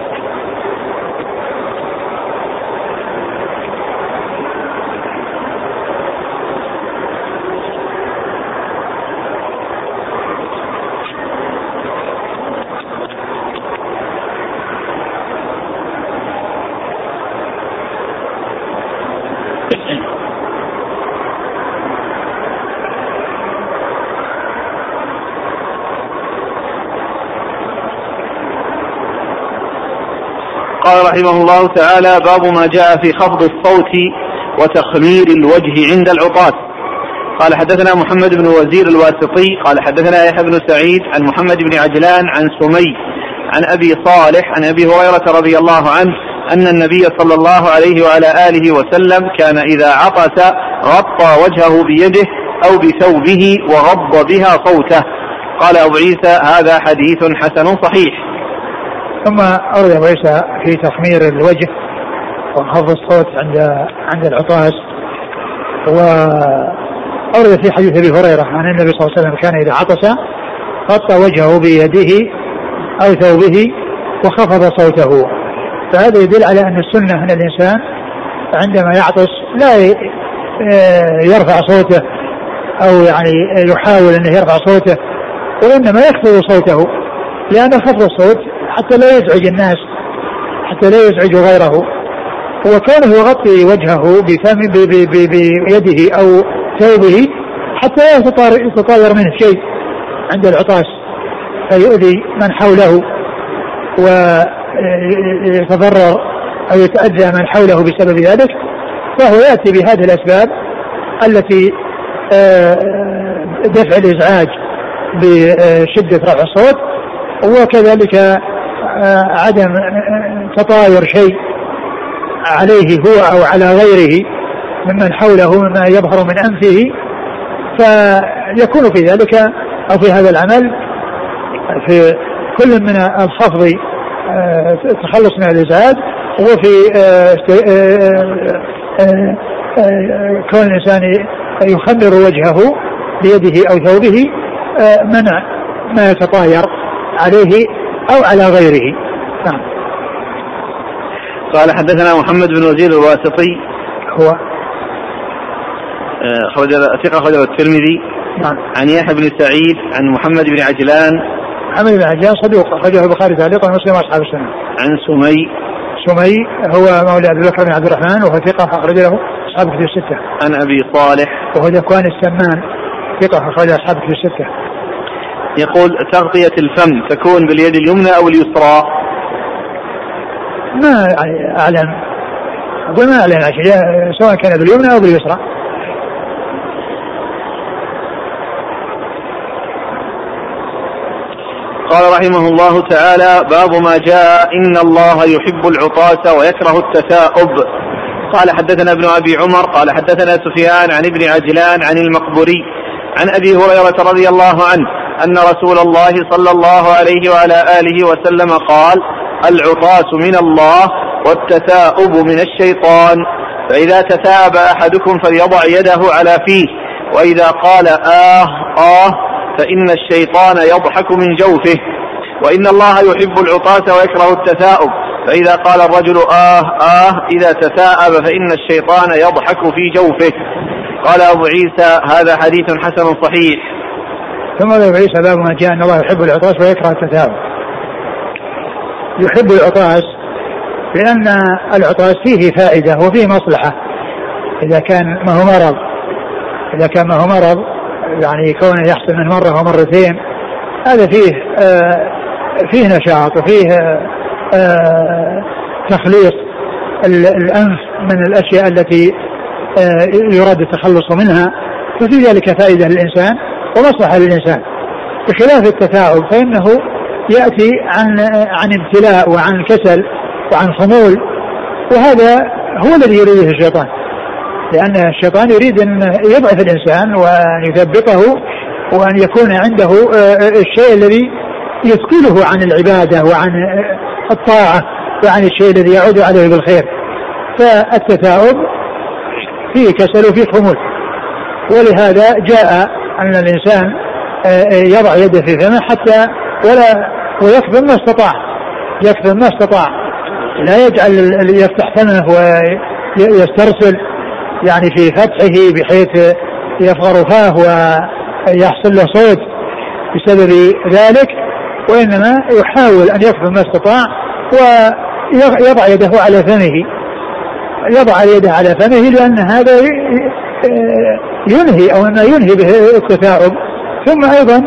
قال رحمه الله تعالى: باب ما جاء في خفض الصوت وتخمير الوجه عند العطاس. قال حدثنا محمد بن وزير الواسطي قال حدثنا يحيى بن سعيد عن محمد بن عجلان عن سمي عن أبي صالح عن أبي هريرة رضي الله عنه أن النبي صلى الله عليه وعلى آله وسلم كان إذا عطس غطى وجهه بيده أو بثوبه وغض بها صوته. قال أبو عيسى هذا حديث حسن صحيح. ثم أورد أبو عيسى في تخمير الوجه وخفض الصوت عند العطاس، وأورد في حديث أبي هريرة عن النبي صلى الله عليه وسلم كان إذا عطس غطى وجهه بيده أو ثوبه وخفض صوته. فهذا يدل على أن السنة أن الإنسان عندما يعطس لا يرفع صوته أو يعني يحاول أنه يرفع صوته، وإنما يخفض صوته، لأن خفض الصوت حتى لا يزعج الناس، حتى لا يزعج غيره. وكانه يغطي وجهه بيده أو ثوبه حتى يتطاير منه شيء عند العطاس فيؤذي من حوله ويتضرر أو يتأذى من حوله بسبب ذلك، فهو يأتي بهذه الأسباب التي دفع الإزعاج بشدة رفع الصوت، وكذلك عدم تطاير شيء عليه هو أو على غيره ممن حوله مما يظهر من أنفه، فيكون في ذلك أو في هذا العمل في كل من الخفض التخلص من الإزعاج، وفي كون الإنسان يخمر وجهه بيده أو ثوبه منع ما يتطاير عليه أو على غيره. نعم. قال حدثنا محمد بن وزير الواسطي هو ثقة الترمذي. نعم. عن يحيى بن سعيد عن محمد بن عجلان. محمد بن عجلان صدوق أخرجه البخاري تعليقا ومسلم وأصحاب السنة. عن سمي هو مولى أبي بكر بن عبد الرحمن وهو ثقة أخرج له أصحاب الكتب الستة. عن أبي صالح وهو ذكوان السمان ثقة أخرج أصحاب الكتب الستة. يقول تغطية الفم تكون باليد اليمنى أو اليسرى؟ ما أعلم، أقول ما أعلم أشياء سواء كان باليمنى أو باليسرى. قال رحمه الله تعالى باب ما جاء إن الله يحب العطاس ويكره التثاؤب. قال حدثنا ابن أبي عمر قال حدثنا سفيان عن ابن عجلان عن المقبري عن أبي هريرة رضي الله عنه أن رسول الله صلى الله عليه وعلى آله وسلم قال العطاس من الله والتثاؤب من الشيطان، فإذا تثاءب أحدكم فليضع يده على فيه، وإذا قال فإن الشيطان يضحك من جوفه، وإن الله يحب العطاس ويكره التثاؤب، فإذا قال الرجل إذا تثاءب فإن الشيطان يضحك في جوفه. قال أبو عيسى هذا حديث حسن صحيح. ثم أبو عيسى باب ما جاء أن الله يحب العطاس ويكره التثاؤب. يحب العطاس لأن العطاس فيه فائدة وفيه مصلحة إذا كان ما هو مرض يعني كونه يحصل من مرة ومرتين، هذا فيه نشاط وفيه تخليص الأنف من الأشياء التي يراد التخلص منها، ففي ذلك فائدة للإنسان ومصلحة للإنسان، بخلاف التثاؤب فإنه يأتي عن ابتلاء وعن كسل وعن خمول، وهذا هو الذي يريده الشيطان، لأن الشيطان يريد أن يضعف الإنسان وأن يثبطه وأن يكون عنده الشيء الذي يثقله عن العبادة وعن الطاعة وعن الشيء الذي يعود عليه بالخير. فالتثاؤب فيه كسل وفيه خمول، ولهذا جاء أن الإنسان يضع يده في فمه حتى ويكظم ما استطاع، لا يجعل يفتح فمه ويسترسل يعني في فتحه بحيث يفغر فاه ويحصل له صوت بسبب ذلك، وإنما يحاول أن يكظم ما استطاع ويضع يده على فمه لأن هذا ينهي أو ما ينهي به التثاؤب، ثم أيضا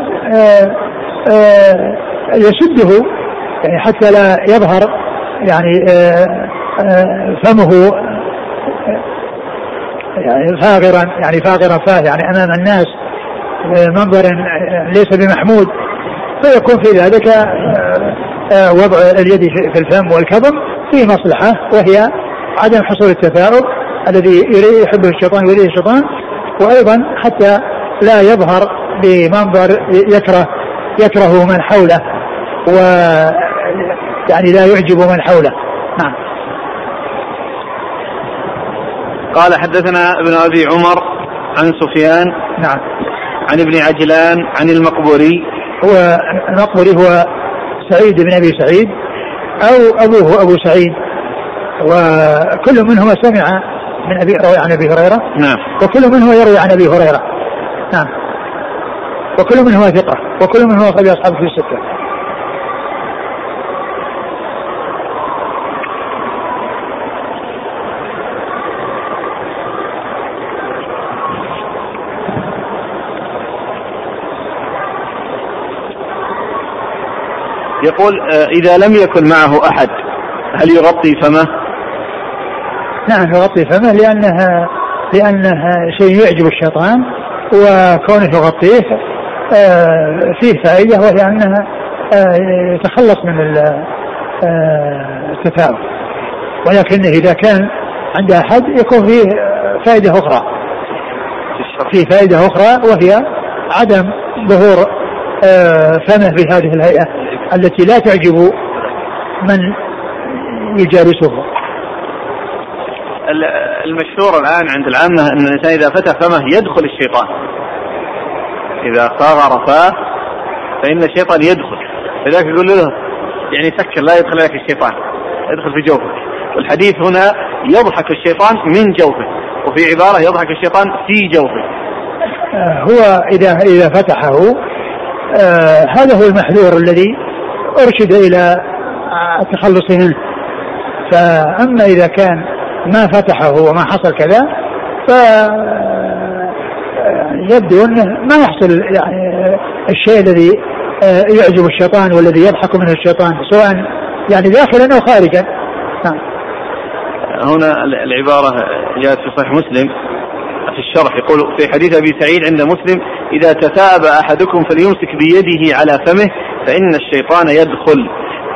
يشده يعني حتى لا يظهر يعني فمه يعني فاغرا فاه يعني أمام الناس منظر ليس بمحمود، فيكون في ذلك وضع اليد في الفم والكظم فيه مصلحة، وهي عدم حصول التثاؤب الذي يحبه الشيطان ويريده الشيطان، وأيضا حتى لا يظهر بمنظر يكره من حوله، ويعني لا يعجب من حوله. نعم. قال حدثنا ابن أبي عمر عن سفيان نعم عن ابن عجلان عن المقبوري. هو المقبوري هو سعيد بن أبي سعيد أو أبوه أبو سعيد، وكل منهما سمع من روي عن أبي هريرة. نعم. وكل منهما يروي عن أبي هريرة. نعم. وكل منهما ثقة، وكل منهما أخرج أصحابه في الستة. يقول إذا لم يكن معه أحد هل يغطي فمه؟ نعم يغطي فمه، لأنها شيء يعجب الشيطان، وكونه يغطيه فيه فائدة، وهي أنها يتخلص من التثاؤب، ولكنه إذا كان عند أحد يكون فيه فائدة أخرى، وهي عدم ظهور فمه بهذه الهيئة التي لا تعجب من يجالسه. المشهور الآن عند العامة أن الإنسان إذا فتح فمه يدخل الشيطان، إذا صاغر فاه فإن الشيطان يدخل، لذلك يقول له يعني سكر لا يدخل لك الشيطان، يدخل في جوفك. والحديث هنا يضحك الشيطان من جوفه، وفي عبارة يضحك الشيطان في جوفه. هو إذا فتحه هذا هو المحذور الذي أرشد إلى التخلص منه. فأما إذا كان ما فتحه وما حصل كذا فيبدو أنه ما يحصل يعني الشيء الذي يعجب الشيطان والذي يضحك منه الشيطان، سواء يعني داخلا أو خارجا. هنا العبارة جاءت في صحيح مسلم في الشرح، يقول في حديث أبي سعيد عند مسلم: إذا تثاءب أحدكم فليمسك بيده على فمه فإن الشيطان يدخل.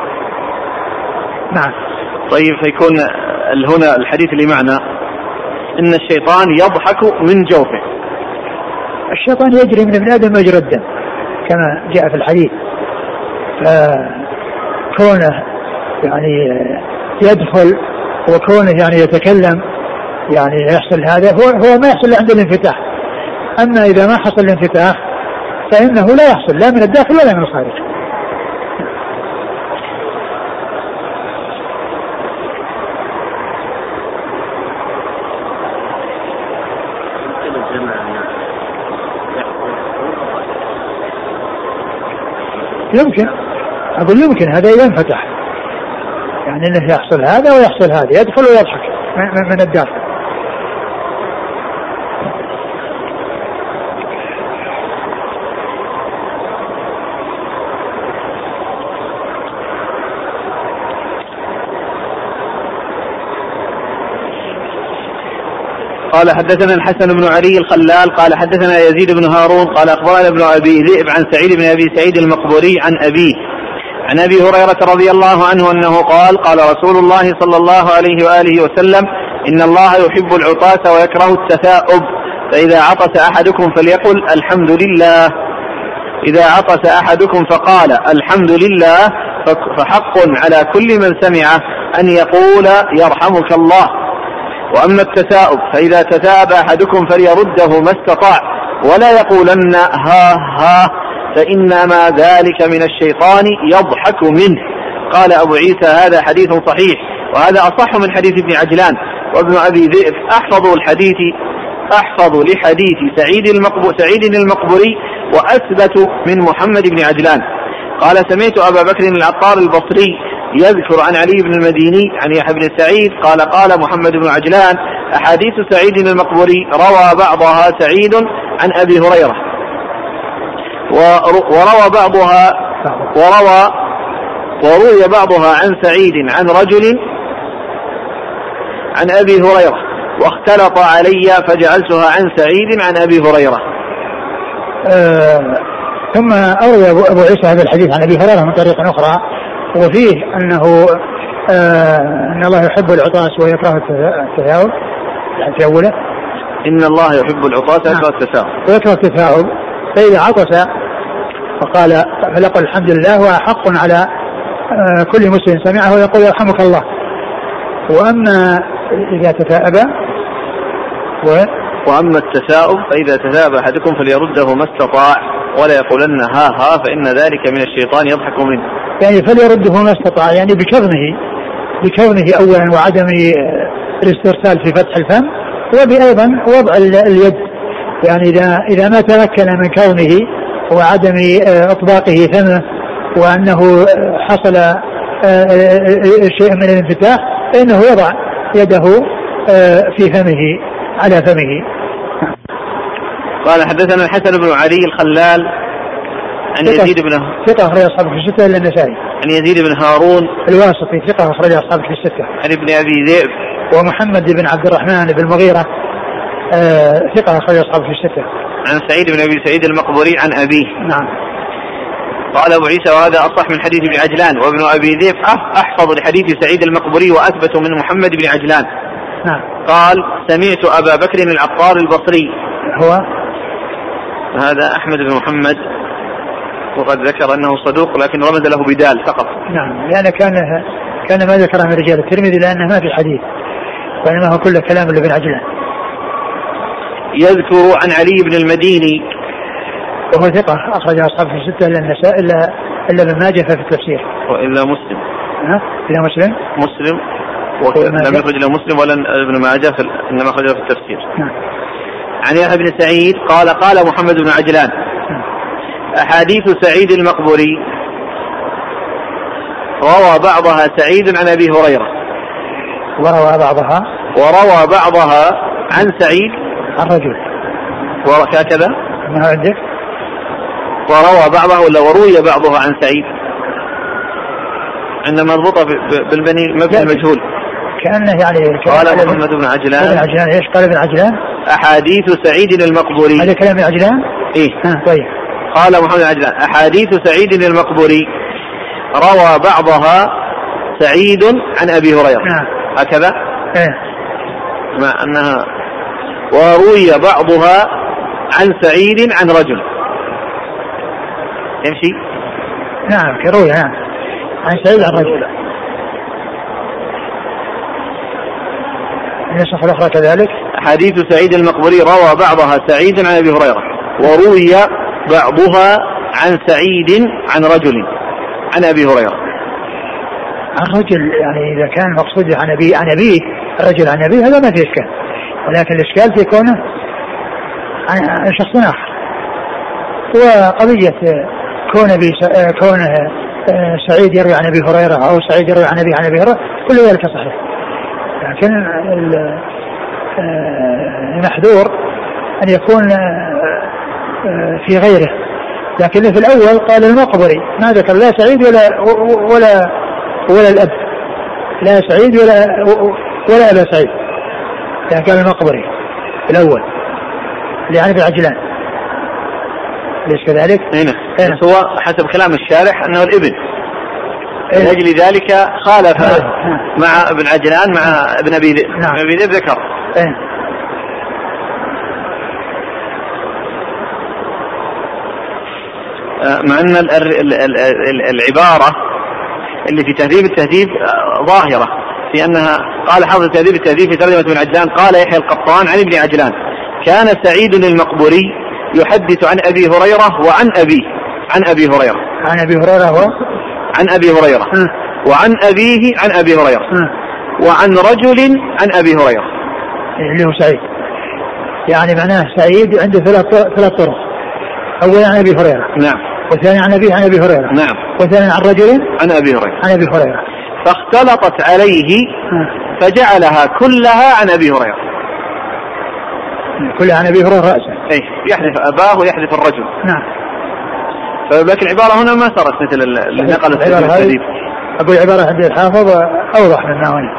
نعم. طيب فيكون هنا الحديث اللي معنا إن الشيطان يضحك من جوفه. الشيطان يجري من ابن آدم مجرى الدم كما جاء في الحديث، فكونه يعني يدخل وكونه يعني يتكلم يعني يحصل هذا هو ما يحصل عند الانفتاح. أما إذا ما حصل الانفتاح فإنه لا يحصل لا من الداخل ولا من الخارج. يمكن أقول يمكن هذا إذا انفتح، يعني أنه يحصل هذا ويحصل هذا، يدخل ويضحك من الداخل. قال حدثنا الحسن بن علي الخلال قال حدثنا يزيد بن هارون قال أخبرنا ابن أبي ذئب عن سعيد بن أبي سعيد المقبوري عن أبيه عن أبي هريرة رضي الله عنه أنه قال: قال رسول الله صلى الله عليه وآله وسلم: إن الله يحب العطاة ويكره التثاؤب، فإذا عطس أحدكم فليقل الحمد لله. إذا عطس أحدكم فقال الحمد لله فحق على كل من سمعه أن يقول يرحمك الله. وأما التثاؤب فإذا تثاءب أحدكم فليرده ما استطاع ولا يقولن ها ها، فإنما ذلك من الشيطان يضحك منه. قال أبو عيسى: هذا حديث صحيح، وهذا أصح من حديث ابن عجلان. وابن أبي ذئب أحفظ لحديث سعيد المقبوري وأثبت من محمد بن عجلان. قال: سمعت أبا بكر العطار البصري يذكر عن علي بن المديني عن يحيى بن سعيد قال محمد بن عجلان: أحاديث سعيد المقبوري روى بعضها سعيد عن أبي هريرة، وروي بعضها عن سعيد عن رجل عن أبي هريرة، واختلط علي فجعلتها عن سعيد عن أبي هريرة. ثم أروي أبو عيسى هذا الحديث عن أبي هريرة من طريق أخرى وفيه أنه أن الله يحب العطاس ويكره التثاؤب، تأوله إن الله يحب العطاس ويكره التثاؤب. فإذا عطس فقال فلقل الحمد لله وحق على كل مسلم سمعه ويقول يرحمك الله. وأما إذا تثاءب وأما التثاؤب فإذا تثاءب أحدكم فليرده ما استطاع ولا يقولن ها ها فإن ذلك من الشيطان يضحك منه. يعني فليرده ما استطاع يعني بكظمه أولا وعدم الاسترسال في فتح الفم، وبأيضا وضع اليد يعني إذا ما تمكن من كظمه وعدم إطباقه فمه وأنه حصل شيء من الانفتاح فإنه يضع يده في فمه على فمه. قال حدثنا الحسن بن علي الخلال عن يزيد بن ثقة أخرج أصحابه في الستة إلا النسائي. عن يزيد بن هارون الواسطي ثقة أخرج أصحابه في الستة. عن ابن أبي ذئب ومحمد بن عبد الرحمن بن المغيرة ثقة أخرج أصحابه في الستة. عن سعيد بن أبي سعيد المقبري عن أبيه. نعم. قال أبو عيسى وهذا أصح من حديث ابن عجلان، وابن أبي ذئب أحفظ لحديث سعيد المقبري وأثبت من محمد بن عجلان. نعم. قال سمعت أبا بكر العطار البصري هو هذا أحمد بن محمد وقد ذكر أنه صدوق لكن رمز له بدال فقط. نعم لأن كان ما ذكره من رجال الترمذي لأنه ما في حديث وإنما هو كله كلام لابن عجلان. يذكر عن علي بن المديني وهو ثقة أخرج أصحابه في الستة إلا النساء إلا ابن ماجه في التفسير وإلا مسلم. إلا مسلم لم يخرج له مسلم ولا ابن ماجه إنما خرج في التفسير. عن يحيى بن سعيد قال محمد بن عجلان أحاديث سعيد المقبري روى بعضها سعيد عن أبي هريرة وروى بعضها عن سعيد عن رجل وهكذا ما عندك وروى بعضها ولا وروي بعضها عن سعيد عندما مربوطة بالبني مبني المجهول كأنه يعني قال محمد بن عجلان ايش قال ابن عجلان أحاديث سعيد المقبري هذا كلام ابن عجلان طيب قال محمد بن عجلان أحاديث سعيد المقبري روى بعضها سعيد عن أبي هريرة هكذا مع أنها وروي بعضها عن سعيد عن رجل يمشي كروي عن سعيد عن رجل. النسخة الأخرى كذلك حديث سعيد المقبري روى بعضها سعيد عن أبي هريرة وروي بعضها عن سعيد عن رجل عن أبي هريرة. عن رجل يعني إذا كان مقصود عن أبيه الرجل عن أبيه هذا ما في إشكال، ولكن الإشكال في كونه عن شخص آخر. وقضية كونه سعيد يروي عن أبي هريرة أو سعيد يروي عن أبي هريرة كل ذلك صحيح، لكن المحذور أن يكون في غيره. لكن في الأول قال المقبري ما ذكر لا سعيد ولا الأب، لا سعيد ولا أبا سعيد، يعني قال المقبري في الأول يعني في العجلان. ليش كذلك؟ بس هو حسب كلام الشارح أنه الابن لأجل ذلك خالف مع ابن عجلان مع ابن أبي ذئب. ابن أبي ذئب ذكر مع أن العبارة اللي في تهذيب التهذيب ظاهرة في أنها قال حافظ تهذيب التهذيب في ترجمة ابن عجلان قال يحيى القطان عن ابن عجلان كان سعيد المقبري يحدث عن أبي هريرة وعن أبيه عن أبي هريرة عن أبي هريرة وعن أبيه عن أبي هريرة وعن رجل عن أبي هريرة اللي هو سعيد، يعني معناه سعيد عنده ثلاث طرق، أولا عن أبي هريرة والثاني عن أبيه عن أبي هريرة والثاني عن رجل عن أبي هريرة فاختلطت عليه فجعلها كلها عن أبي هريرة كلها عن أبي هريرة رأسا يحذف أباه ويحذف الرجل. فلكن العبارة هنا ما صارت مثل اللي نقلت الحديث. أقول العبارة عند الحافظ أوضح منها هنا.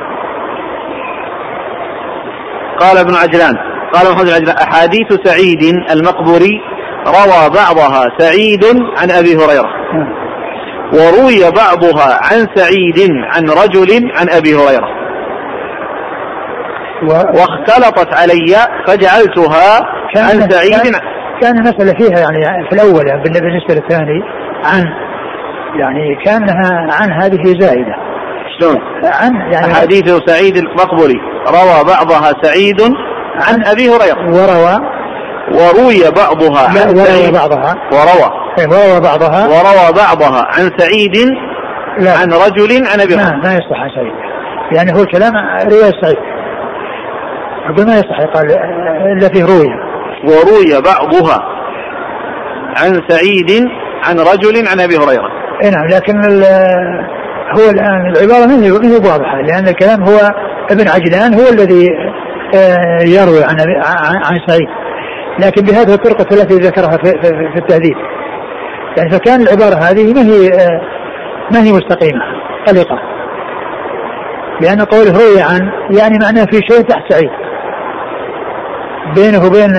قال ابن عجلان قال محمد بن عجلان أحاديث سعيد المقبري روى بعضها سعيد عن أبي هريرة وروي بعضها عن سعيد عن رجل عن أبي هريرة واختلطت علي فجعلتها عن سعيد. كان المسألة فيها يعني في الأول يعني بالنسبة للثاني عن يعني كانها عن هذه زائدة. شلون؟ عن يعني حديث سعيد المقبري روى بعضها سعيد عن أبي هريرة وروي بعضها عن وروى بعضها وروى بعضها عن سعيد عن رجل عن أبي هريرة. ما يصح عن سعيد يعني هو الكلام رواية سعيد ما يصح قال إلا فيه وروي بعضها عن سعيد عن رجل عن أبي هريرة. نعم لكن هو الآن العبارة ما هي واضحة لأن الكلام هو ابن عجلان هو الذي يروي عن سعيد لكن بهذه الطرقة التي ذكرها في التهذيب يعني فكان العبارة هذه ما هي مستقيمة طليقة لأن قوله روي عن يعني معناه في شيء تحت سعيد بينه وبين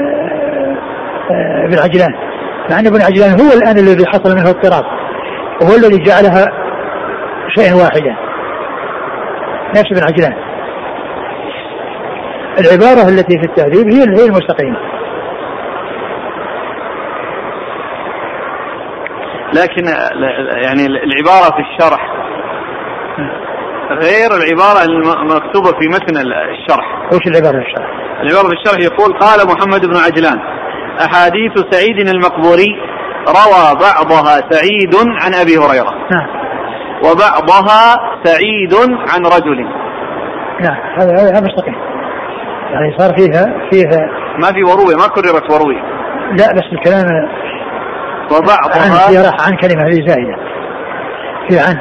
ابن عجلان مع أن ابن عجلان هو الآن الذي حصل منه اضطراب وهو الذي جعلها شيء واحدا نفس ابن عجلان. العبارة التي في التهذيب هي المستقيمة لكن يعني العبارة في الشرح غير العبارة المكتوبة في متن الشرح. وش العبارة في الشرح؟ العبارة في الشرح يقول قال محمد بن عجلان أحاديث سعيد المقبوري روى بعضها سعيد عن أبي هريرة وبعضها سعيد عن رجل. نعم هذا مستقيم يعني صار فيها ما في وروي ما كررت وروي لا بس الكلام وبعضها عن كلمة هذه زائدة في عن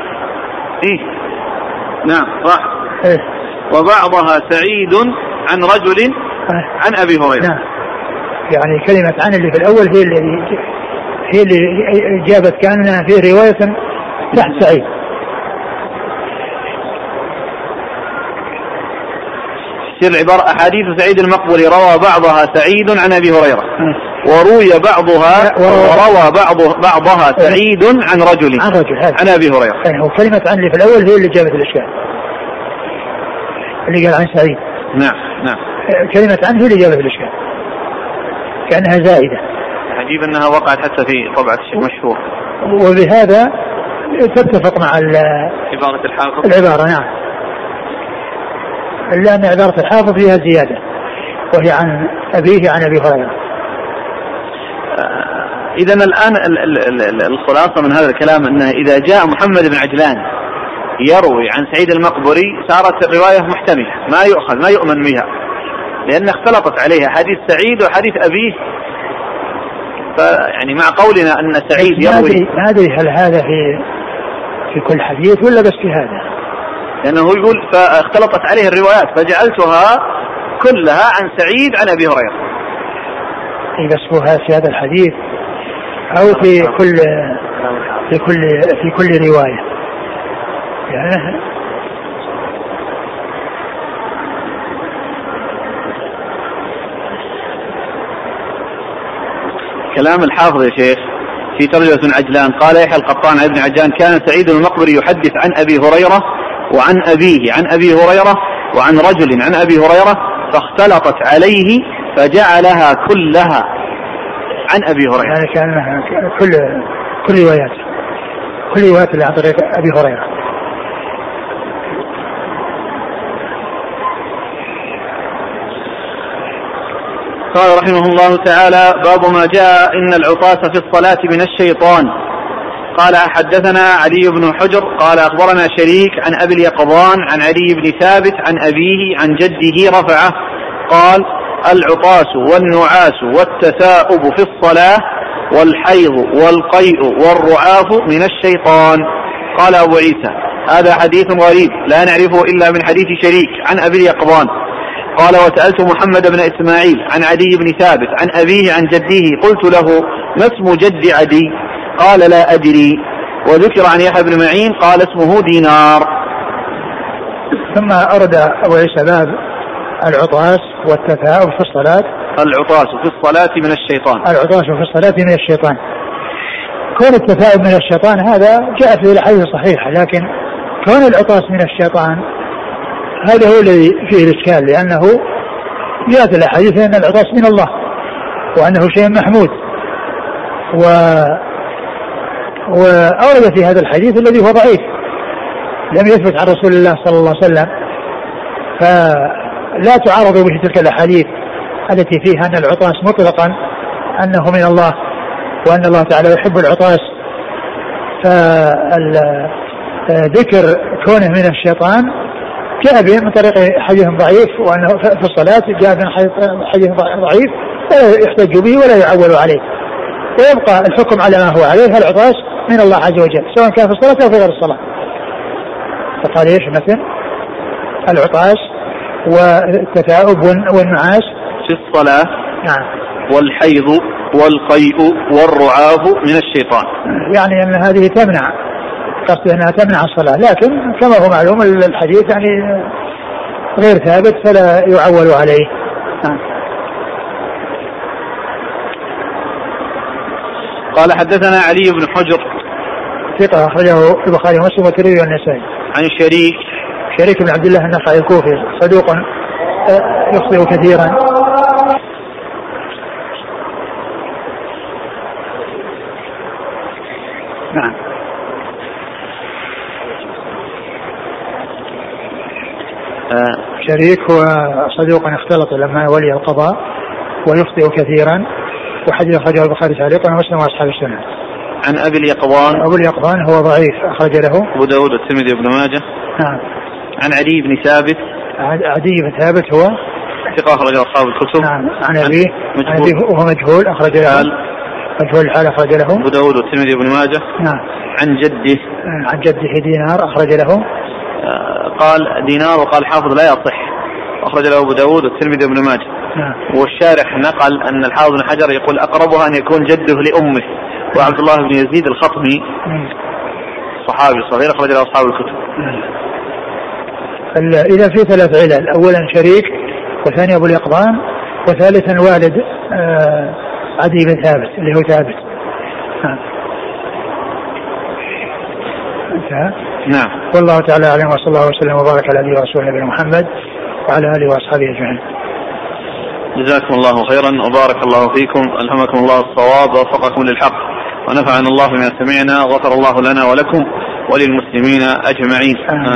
نعم صح وبعضها سعيد عن رجل عن أبي هريرة. نعم يعني كلمة عن اللي في الأول هي اللي جابت كان في رواية تحت سعيد. تصير العبارة أحاديث سعيد المقبري روى بعضها سعيد عن أبي هريرة وروي بعضها سعيد عن رجل عن أبي هريرة. يعني هو كلمة عن اللي في الأول هي اللي جابت الإشكال اللي قال عن سعيد. نعم كلمة عن هي اللي جابت الإشكال كأنها زائدة. عجيب أنها وقعت حتى في طبعة الشيخ مشهور وبهذا تتفق مع عبارة الحافظ العبارة. نعم إلا أن عبارة الحافظ فيها زيادة وهي عن أبيه عن أبي هريرة. إذن الآن الخلاصة من هذا الكلام أنه إذا جاء محمد بن عجلان يروي عن سعيد المقبري صارت الرواية محتملة ما يؤمن بها لأن اختلطت عليها حديث سعيد وحديث أبيه. فيعني مع قولنا أن سعيد يروي ما أدري هل هذا في كل حديث ولا بس في هذا لأنه يقول فاختلطت عليه الروايات فجعلتها كلها عن سعيد عن أبي هريرة. بس هو في هذا الحديث أو في كل رواية يعني كلام الحافظ يا شيخ في ترجمة عجلان قال يحيى القطان عن ابن عجلان كان سعيد المقبري يحدث عن أبي هريرة وعن أبيه عن أبي هريرة وعن رجل عن أبي هريرة فاختلطت عليه فجعلها كلها عن أبي هريرة. يعني كان كل روايات اللي عن طريق أبي هريرة. قال رحمه الله تعالى باب ما جاء إن العطاس في الصلاة من الشيطان. قال حدثنا علي بن حجر قال أخبرنا شريك عن أبي اليقظان عن علي بن ثابت عن أبيه عن جده رفعه قال العطاس والنعاس والتثاؤب في الصلاة والحيض والقيء والرعاف من الشيطان. قال أبو عيسى هذا حديث غريب لا نعرفه إلا من حديث شريك عن أبي اليقظان. قال وسألت محمد بن إسماعيل عن عدي بن ثابت عن أبيه عن جده قلت له ما اسم جد عدي قال لا أدري. وذكر عن يحيى بن معين قال اسمه دينار. ثم أرد أبو عيسى باب العطاس والتثاؤب في الصلاة. العطاس في الصلاة من الشيطان. العطاس في الصلاة من الشيطان. كون التثاؤب من الشيطان هذا جاء في الحديث الصحيح، لكن كون العطاس من الشيطان هذا هو الذي فيه الإشكال، لأنه جاءت الأحاديث أن العطاس من الله وأنه شيء محمود، وأورد في هذا الحديث الذي هو ضعيف لم يثبت عن رسول الله صلى الله عليه وسلم، فلا تعارض به تلك الأحاديث التي فيها أن العطاس مطلقا أنه من الله وأن الله تعالى يحب العطاس. فذكر كونه من الشيطان جاء به من طريق حديث ضعيف، وأنه في الصلاة جاء من حديث ضعيف ولا يحتج به ولا يعول عليه، ويبقى الحكم على ما هو عليه. العطاس من الله عز وجل سواء كان في الصلاة أو في غير الصلاة. فقال ايش مثل العطاس والتثاؤب والنعاس في الصلاة نعم والحيض والقيء والرعاف من الشيطان، يعني أن هذه تمنع، قصد أنها تمنع الصلاة، لكن كما هو معلوم الحديث يعني غير ثابت فلا يعول عليه. قال حدثنا علي بن حجر ثقة أخرجه البخاري ومسلم والترمذي والنسائي. عن شريك بن عبد الله النخعي الكوفي صدوق يخطئ كثيرا. نعم. شريك هو صدوق اختلط لما ولي القضاء ويخطئ كثيرا، وحديث أخرجه البخاري تعليقا ومسلم وأصحاب السنن. عن أبي اليقظان. أبو اليقظان هو ضعيف أخرج له أبو داود والترمذي وابن ماجه. نعم. عن عدي بن ثابت. عدي بن ثابت هو ثقة أخرج أصحاب الكتب. نعم. عن أبيه وهو مجهول أخرج له. مجهول الحال أخرج له أبو داود والترمذي وابن ماجه. نعم. عن جده دينار أخرج له. قال دينار وقال حافظ لا يصح، أخرج له أبو داود والترمذي وابن ماجه. نعم. والشارح نقل أن الحافظ بن حجر يقول أقربها أن يكون جده لأمه، وعبد الله بن يزيد الخطمي صحابي صغير أخرج له أصحاب الكتب. إذا في 3 علل، أولا شريك، وثاني أبو اليقظان، وثالثا والد عدي بن ثابت اللي هو ثابت. نعم. والله تعالى أعلم، وصلى الله وسلم وبارك على نبينا ورسوله نبينا محمد وعلى آله وأصحابه أجمعين. جزاكم الله خيرا وبارك الله فيكم، ألهمكم الله الصواب ووفقكم للحق، ونفعنا الله بما سمعنا، غفر الله لنا ولكم وللمسلمين أجمعين.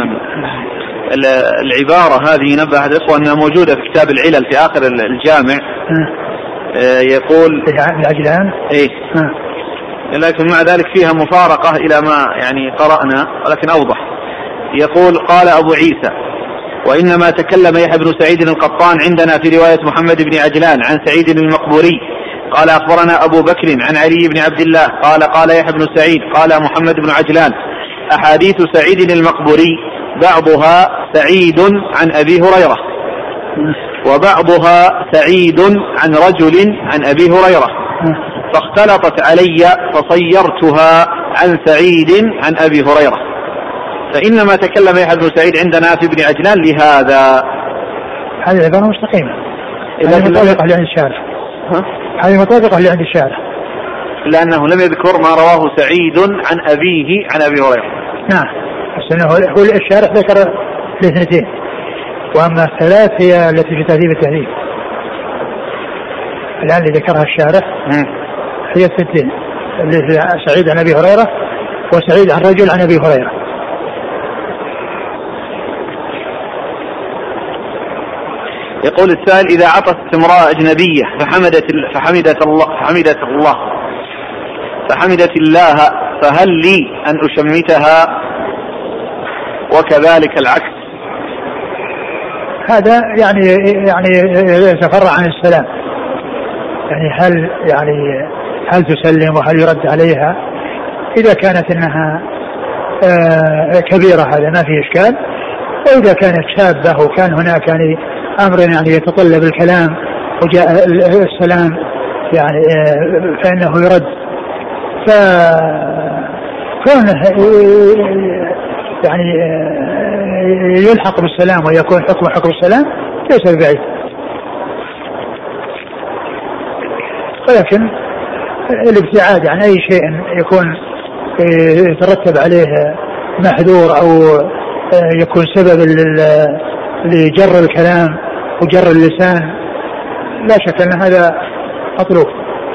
العبارة هذه نبه الإخوة أنها موجودة في كتاب العلل في آخر الجامع. يقول العجلان إيه، لكن مع ذلك فيها مفارقة إلى ما يعني قرأنا، ولكن أوضح. يقول قال أبو عيسى: وإنما تكلم يحيى بن سعيد القطان عندنا في رواية محمد بن عجلان عن سعيد المقبوري قال أخبرنا أبو بكر عن علي بن عبد الله قال يحيى بن سعيد قال محمد بن عجلان: أحاديث سعيد المقبوري بعضها سعيد عن أبي هريرة، وبعضها سعيد عن رجل عن أبي هريرة، فاختلطت علي فصيرتها عن سعيد عن أبي هريرة، فإنما تكلم يحيى بن سعيد عندنا في ابن عجلان لهذا. هذه العبارة مستقيمة، هذه مطابقة لعند الشارع، هذه مطابقة لعند الشارع، لأنه لم يذكر ما رواه سعيد عن أبيه عن أبي هريرة. نعم، بس هو الشارع ذكر الاثنتين، وأما الثلاث هي التي في تهذيب التهذيب. الآن اللي ذكرها الشارع هي الثنتين، اللي هي سعيد عن أبي هريرة وسعيد عن رجل عن أبي هريرة. يقول السائل: إذا عطست امرأة أجنبية فحمدت الله فهل لي أن أشمتها وكذلك العكس؟ هذا يعني يتفرع عن السلام، يعني هل تسلم وهل يرد عليها؟ إذا كانت إنها كبيرة هذا ما في إشكال، وإذا كانت شابة وكان هناك يعني أمر يعني يتطلب الكلام وجاء السلام يعني فإنه يرد، فكونه يعني يلحق بالسلام ويكون حكم السلام ليس بعيد. ولكن الابتعاد عن أي شيء يكون يترتب عليه محذور أو يكون سبب لجر الكلام وجر اللسان، لا شك أن هذا مطلوب.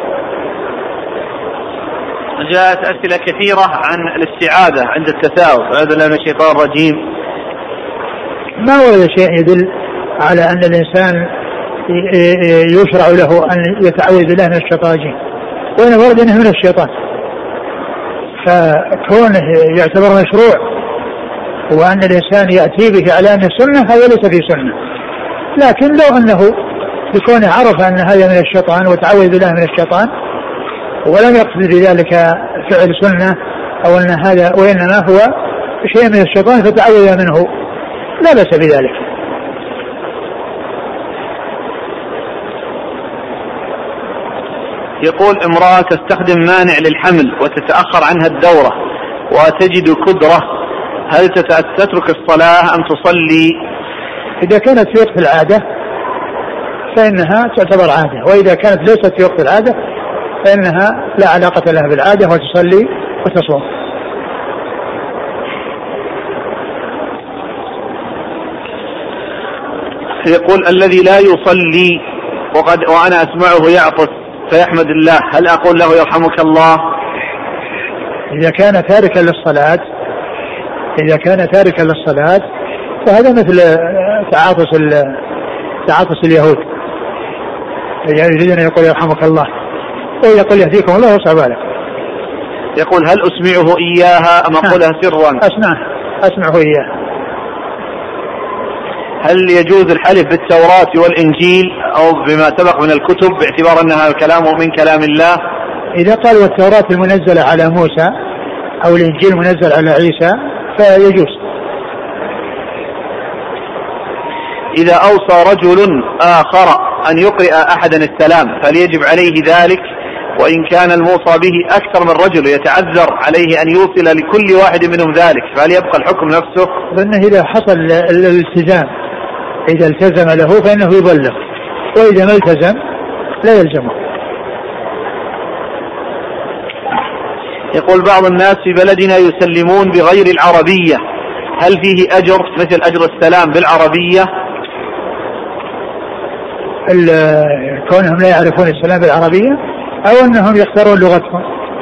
جاءت أسئلة كثيرة عن الاستعاذة عند التثاؤب، هذا من الشيطان الرجيم. ما ورد شيء يدل على أن الإنسان يشرع له أن يتعوذ بالله من الشيطان الرجيم، وإن ورد أنه من الشيطان، فكونه يعتبر مشروع وأن الإنسان يأتي به على أنه سنة هذا ليس في سنة. لكن لو أنه بكونه عرف أن هذا من الشيطان وتعوذ بالله من الشيطان ولم يقصد بذلك فعل سنة أو أن هذا وإنما هو شيء من الشيطان فتعوذ منه لا بأس بذلك. يقول امرأة تستخدم مانع للحمل وتتأخر عنها الدورة وتجد كدرة، هل تترك الصلاة أم تصلي؟ إذا كانت في وقت العادة فإنها تعتبر عادة، وإذا كانت ليست في وقت العادة فإنها لا علاقة لها بالعادة وتصلي وتصوم. يقول الذي لا يصلي وأنا أسمعه يعطس فيحمد الله، هل أقول له يرحمك الله؟ إذا كان تاركا للصلاة فهذا مثل تعاطس اليهود، يريدون يقول يرحمك الله ويقول يهديكم الله وصعب عليك. يقول هل أسمعه إياها أم أقولها سرا؟ أسمعه إياها. هل يجوز الحلف بالتوراة والإنجيل أو بما سبق من الكتب باعتبار أنها كلامه من كلام الله؟ إذا قال والتوراة المنزلة على موسى أو الإنجيل المنزل على عيسى فيجوز. إذا أوصى رجل آخر أن يقرئ أحدا السلام فهل يجب عليه ذلك؟ وإن كان الموصى به أكثر من رجل يتعذر عليه أن يوصل لكل واحد منهم ذلك فهل يبقى الحكم نفسه؟ فإنه إذا حصل الالتزام، إذا التزم له فإنه يبلغ، وإذا ما التزم لا يلزمه. يقول بعض الناس في بلدنا يسلمون بغير العربية، هل فيه أجر مثل أجر السلام بالعربية؟ كونهم لا يعرفون السلام بالعربية أو أنهم يختارون لغتهم.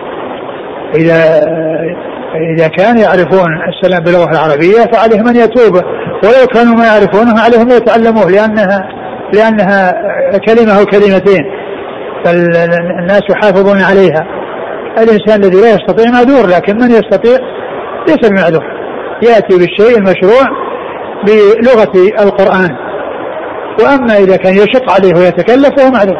إذا كانوا يعرفون السلام باللغة العربية فعليهم أن يتوبوا، ولو كانوا ما يعرفونه عليهم يتعلموه لأنها كلمة وكلمتين فالناس يحافظون عليها. الإنسان الذي لا يستطيع معذور، لكن من يستطيع ليس بمعذور، يأتي بالشيء المشروع بلغة القرآن. وأما إذا كان يشق عليه ويتكلف فهو معذور.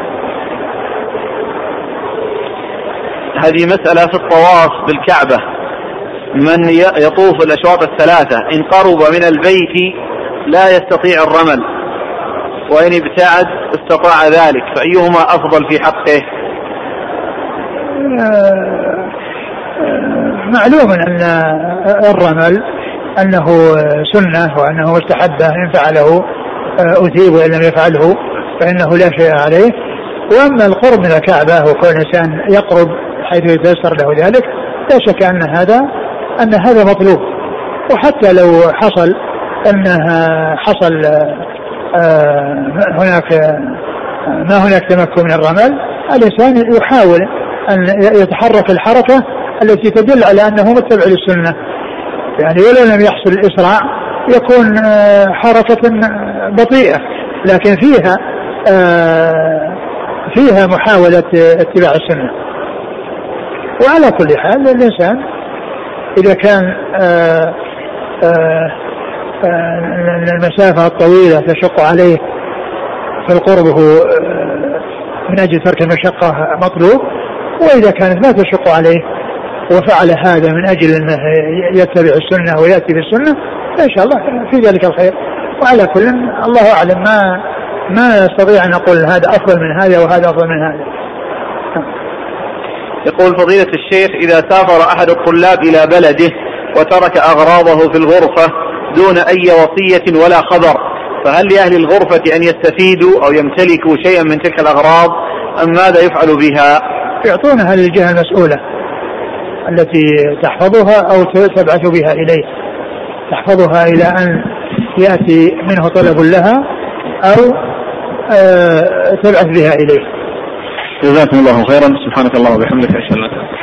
هذه مسألة في الطواف بالكعبة، من يطوف الأشواط الثلاثة إن قرب من البيت لا يستطيع الرمل، وإن ابتعد استطاع ذلك، فأيهما أفضل في حقه؟ معلوم أن الرمل أنه سنة وأنه مستحبة، إن فعله أثيب وإن لم يفعله فإنه لا شيء عليه. وأما القرب من الكعبة وكون الإنسان يقرب حيث يتيسر له ذلك لا شك أن هذا مطلوب. وحتى لو حصل هناك تمكن من الرمل، الإنسان يحاول أن يتحرك الحركة التي تدل على أنه متبع للسنة، يعني ولو لم يحصل الإسراع يكون حركة بطيئة لكن فيها محاولة اتباع السنة. وعلى كل حال الإنسان إذا كان المسافة الطويلة تشق عليه فالقرب من أجل ترك المشقة مطلوب، وإذا كانت ما تشق عليه وفعل هذا من أجل أنه يتبع السنة ويأتي بالسنة فإن شاء الله في ذلك الخير. وعلى كل الله أعلم، ما نستطيع أن نقول هذا أفضل من هذا وهذا أفضل من هذا. يقول فضيلة الشيخ إذا سافر أحد الطلاب إلى بلده وترك أغراضه في الغرفة دون أي وصية ولا خبر، فهل لأهل الغرفة أن يستفيدوا أو يمتلكوا شيئا من تلك الأغراض أم ماذا يفعل بها؟ يعطونها للجهة المسؤولة التي تحفظها أو تبعث بها إليه، تحفظها إلى أن يأتي منه طلب لها أو تبعث بها إليه. جزاكم الله خيرا. سبحانك اللهم وبحمدك أشهد أن لا إله إلا أنت.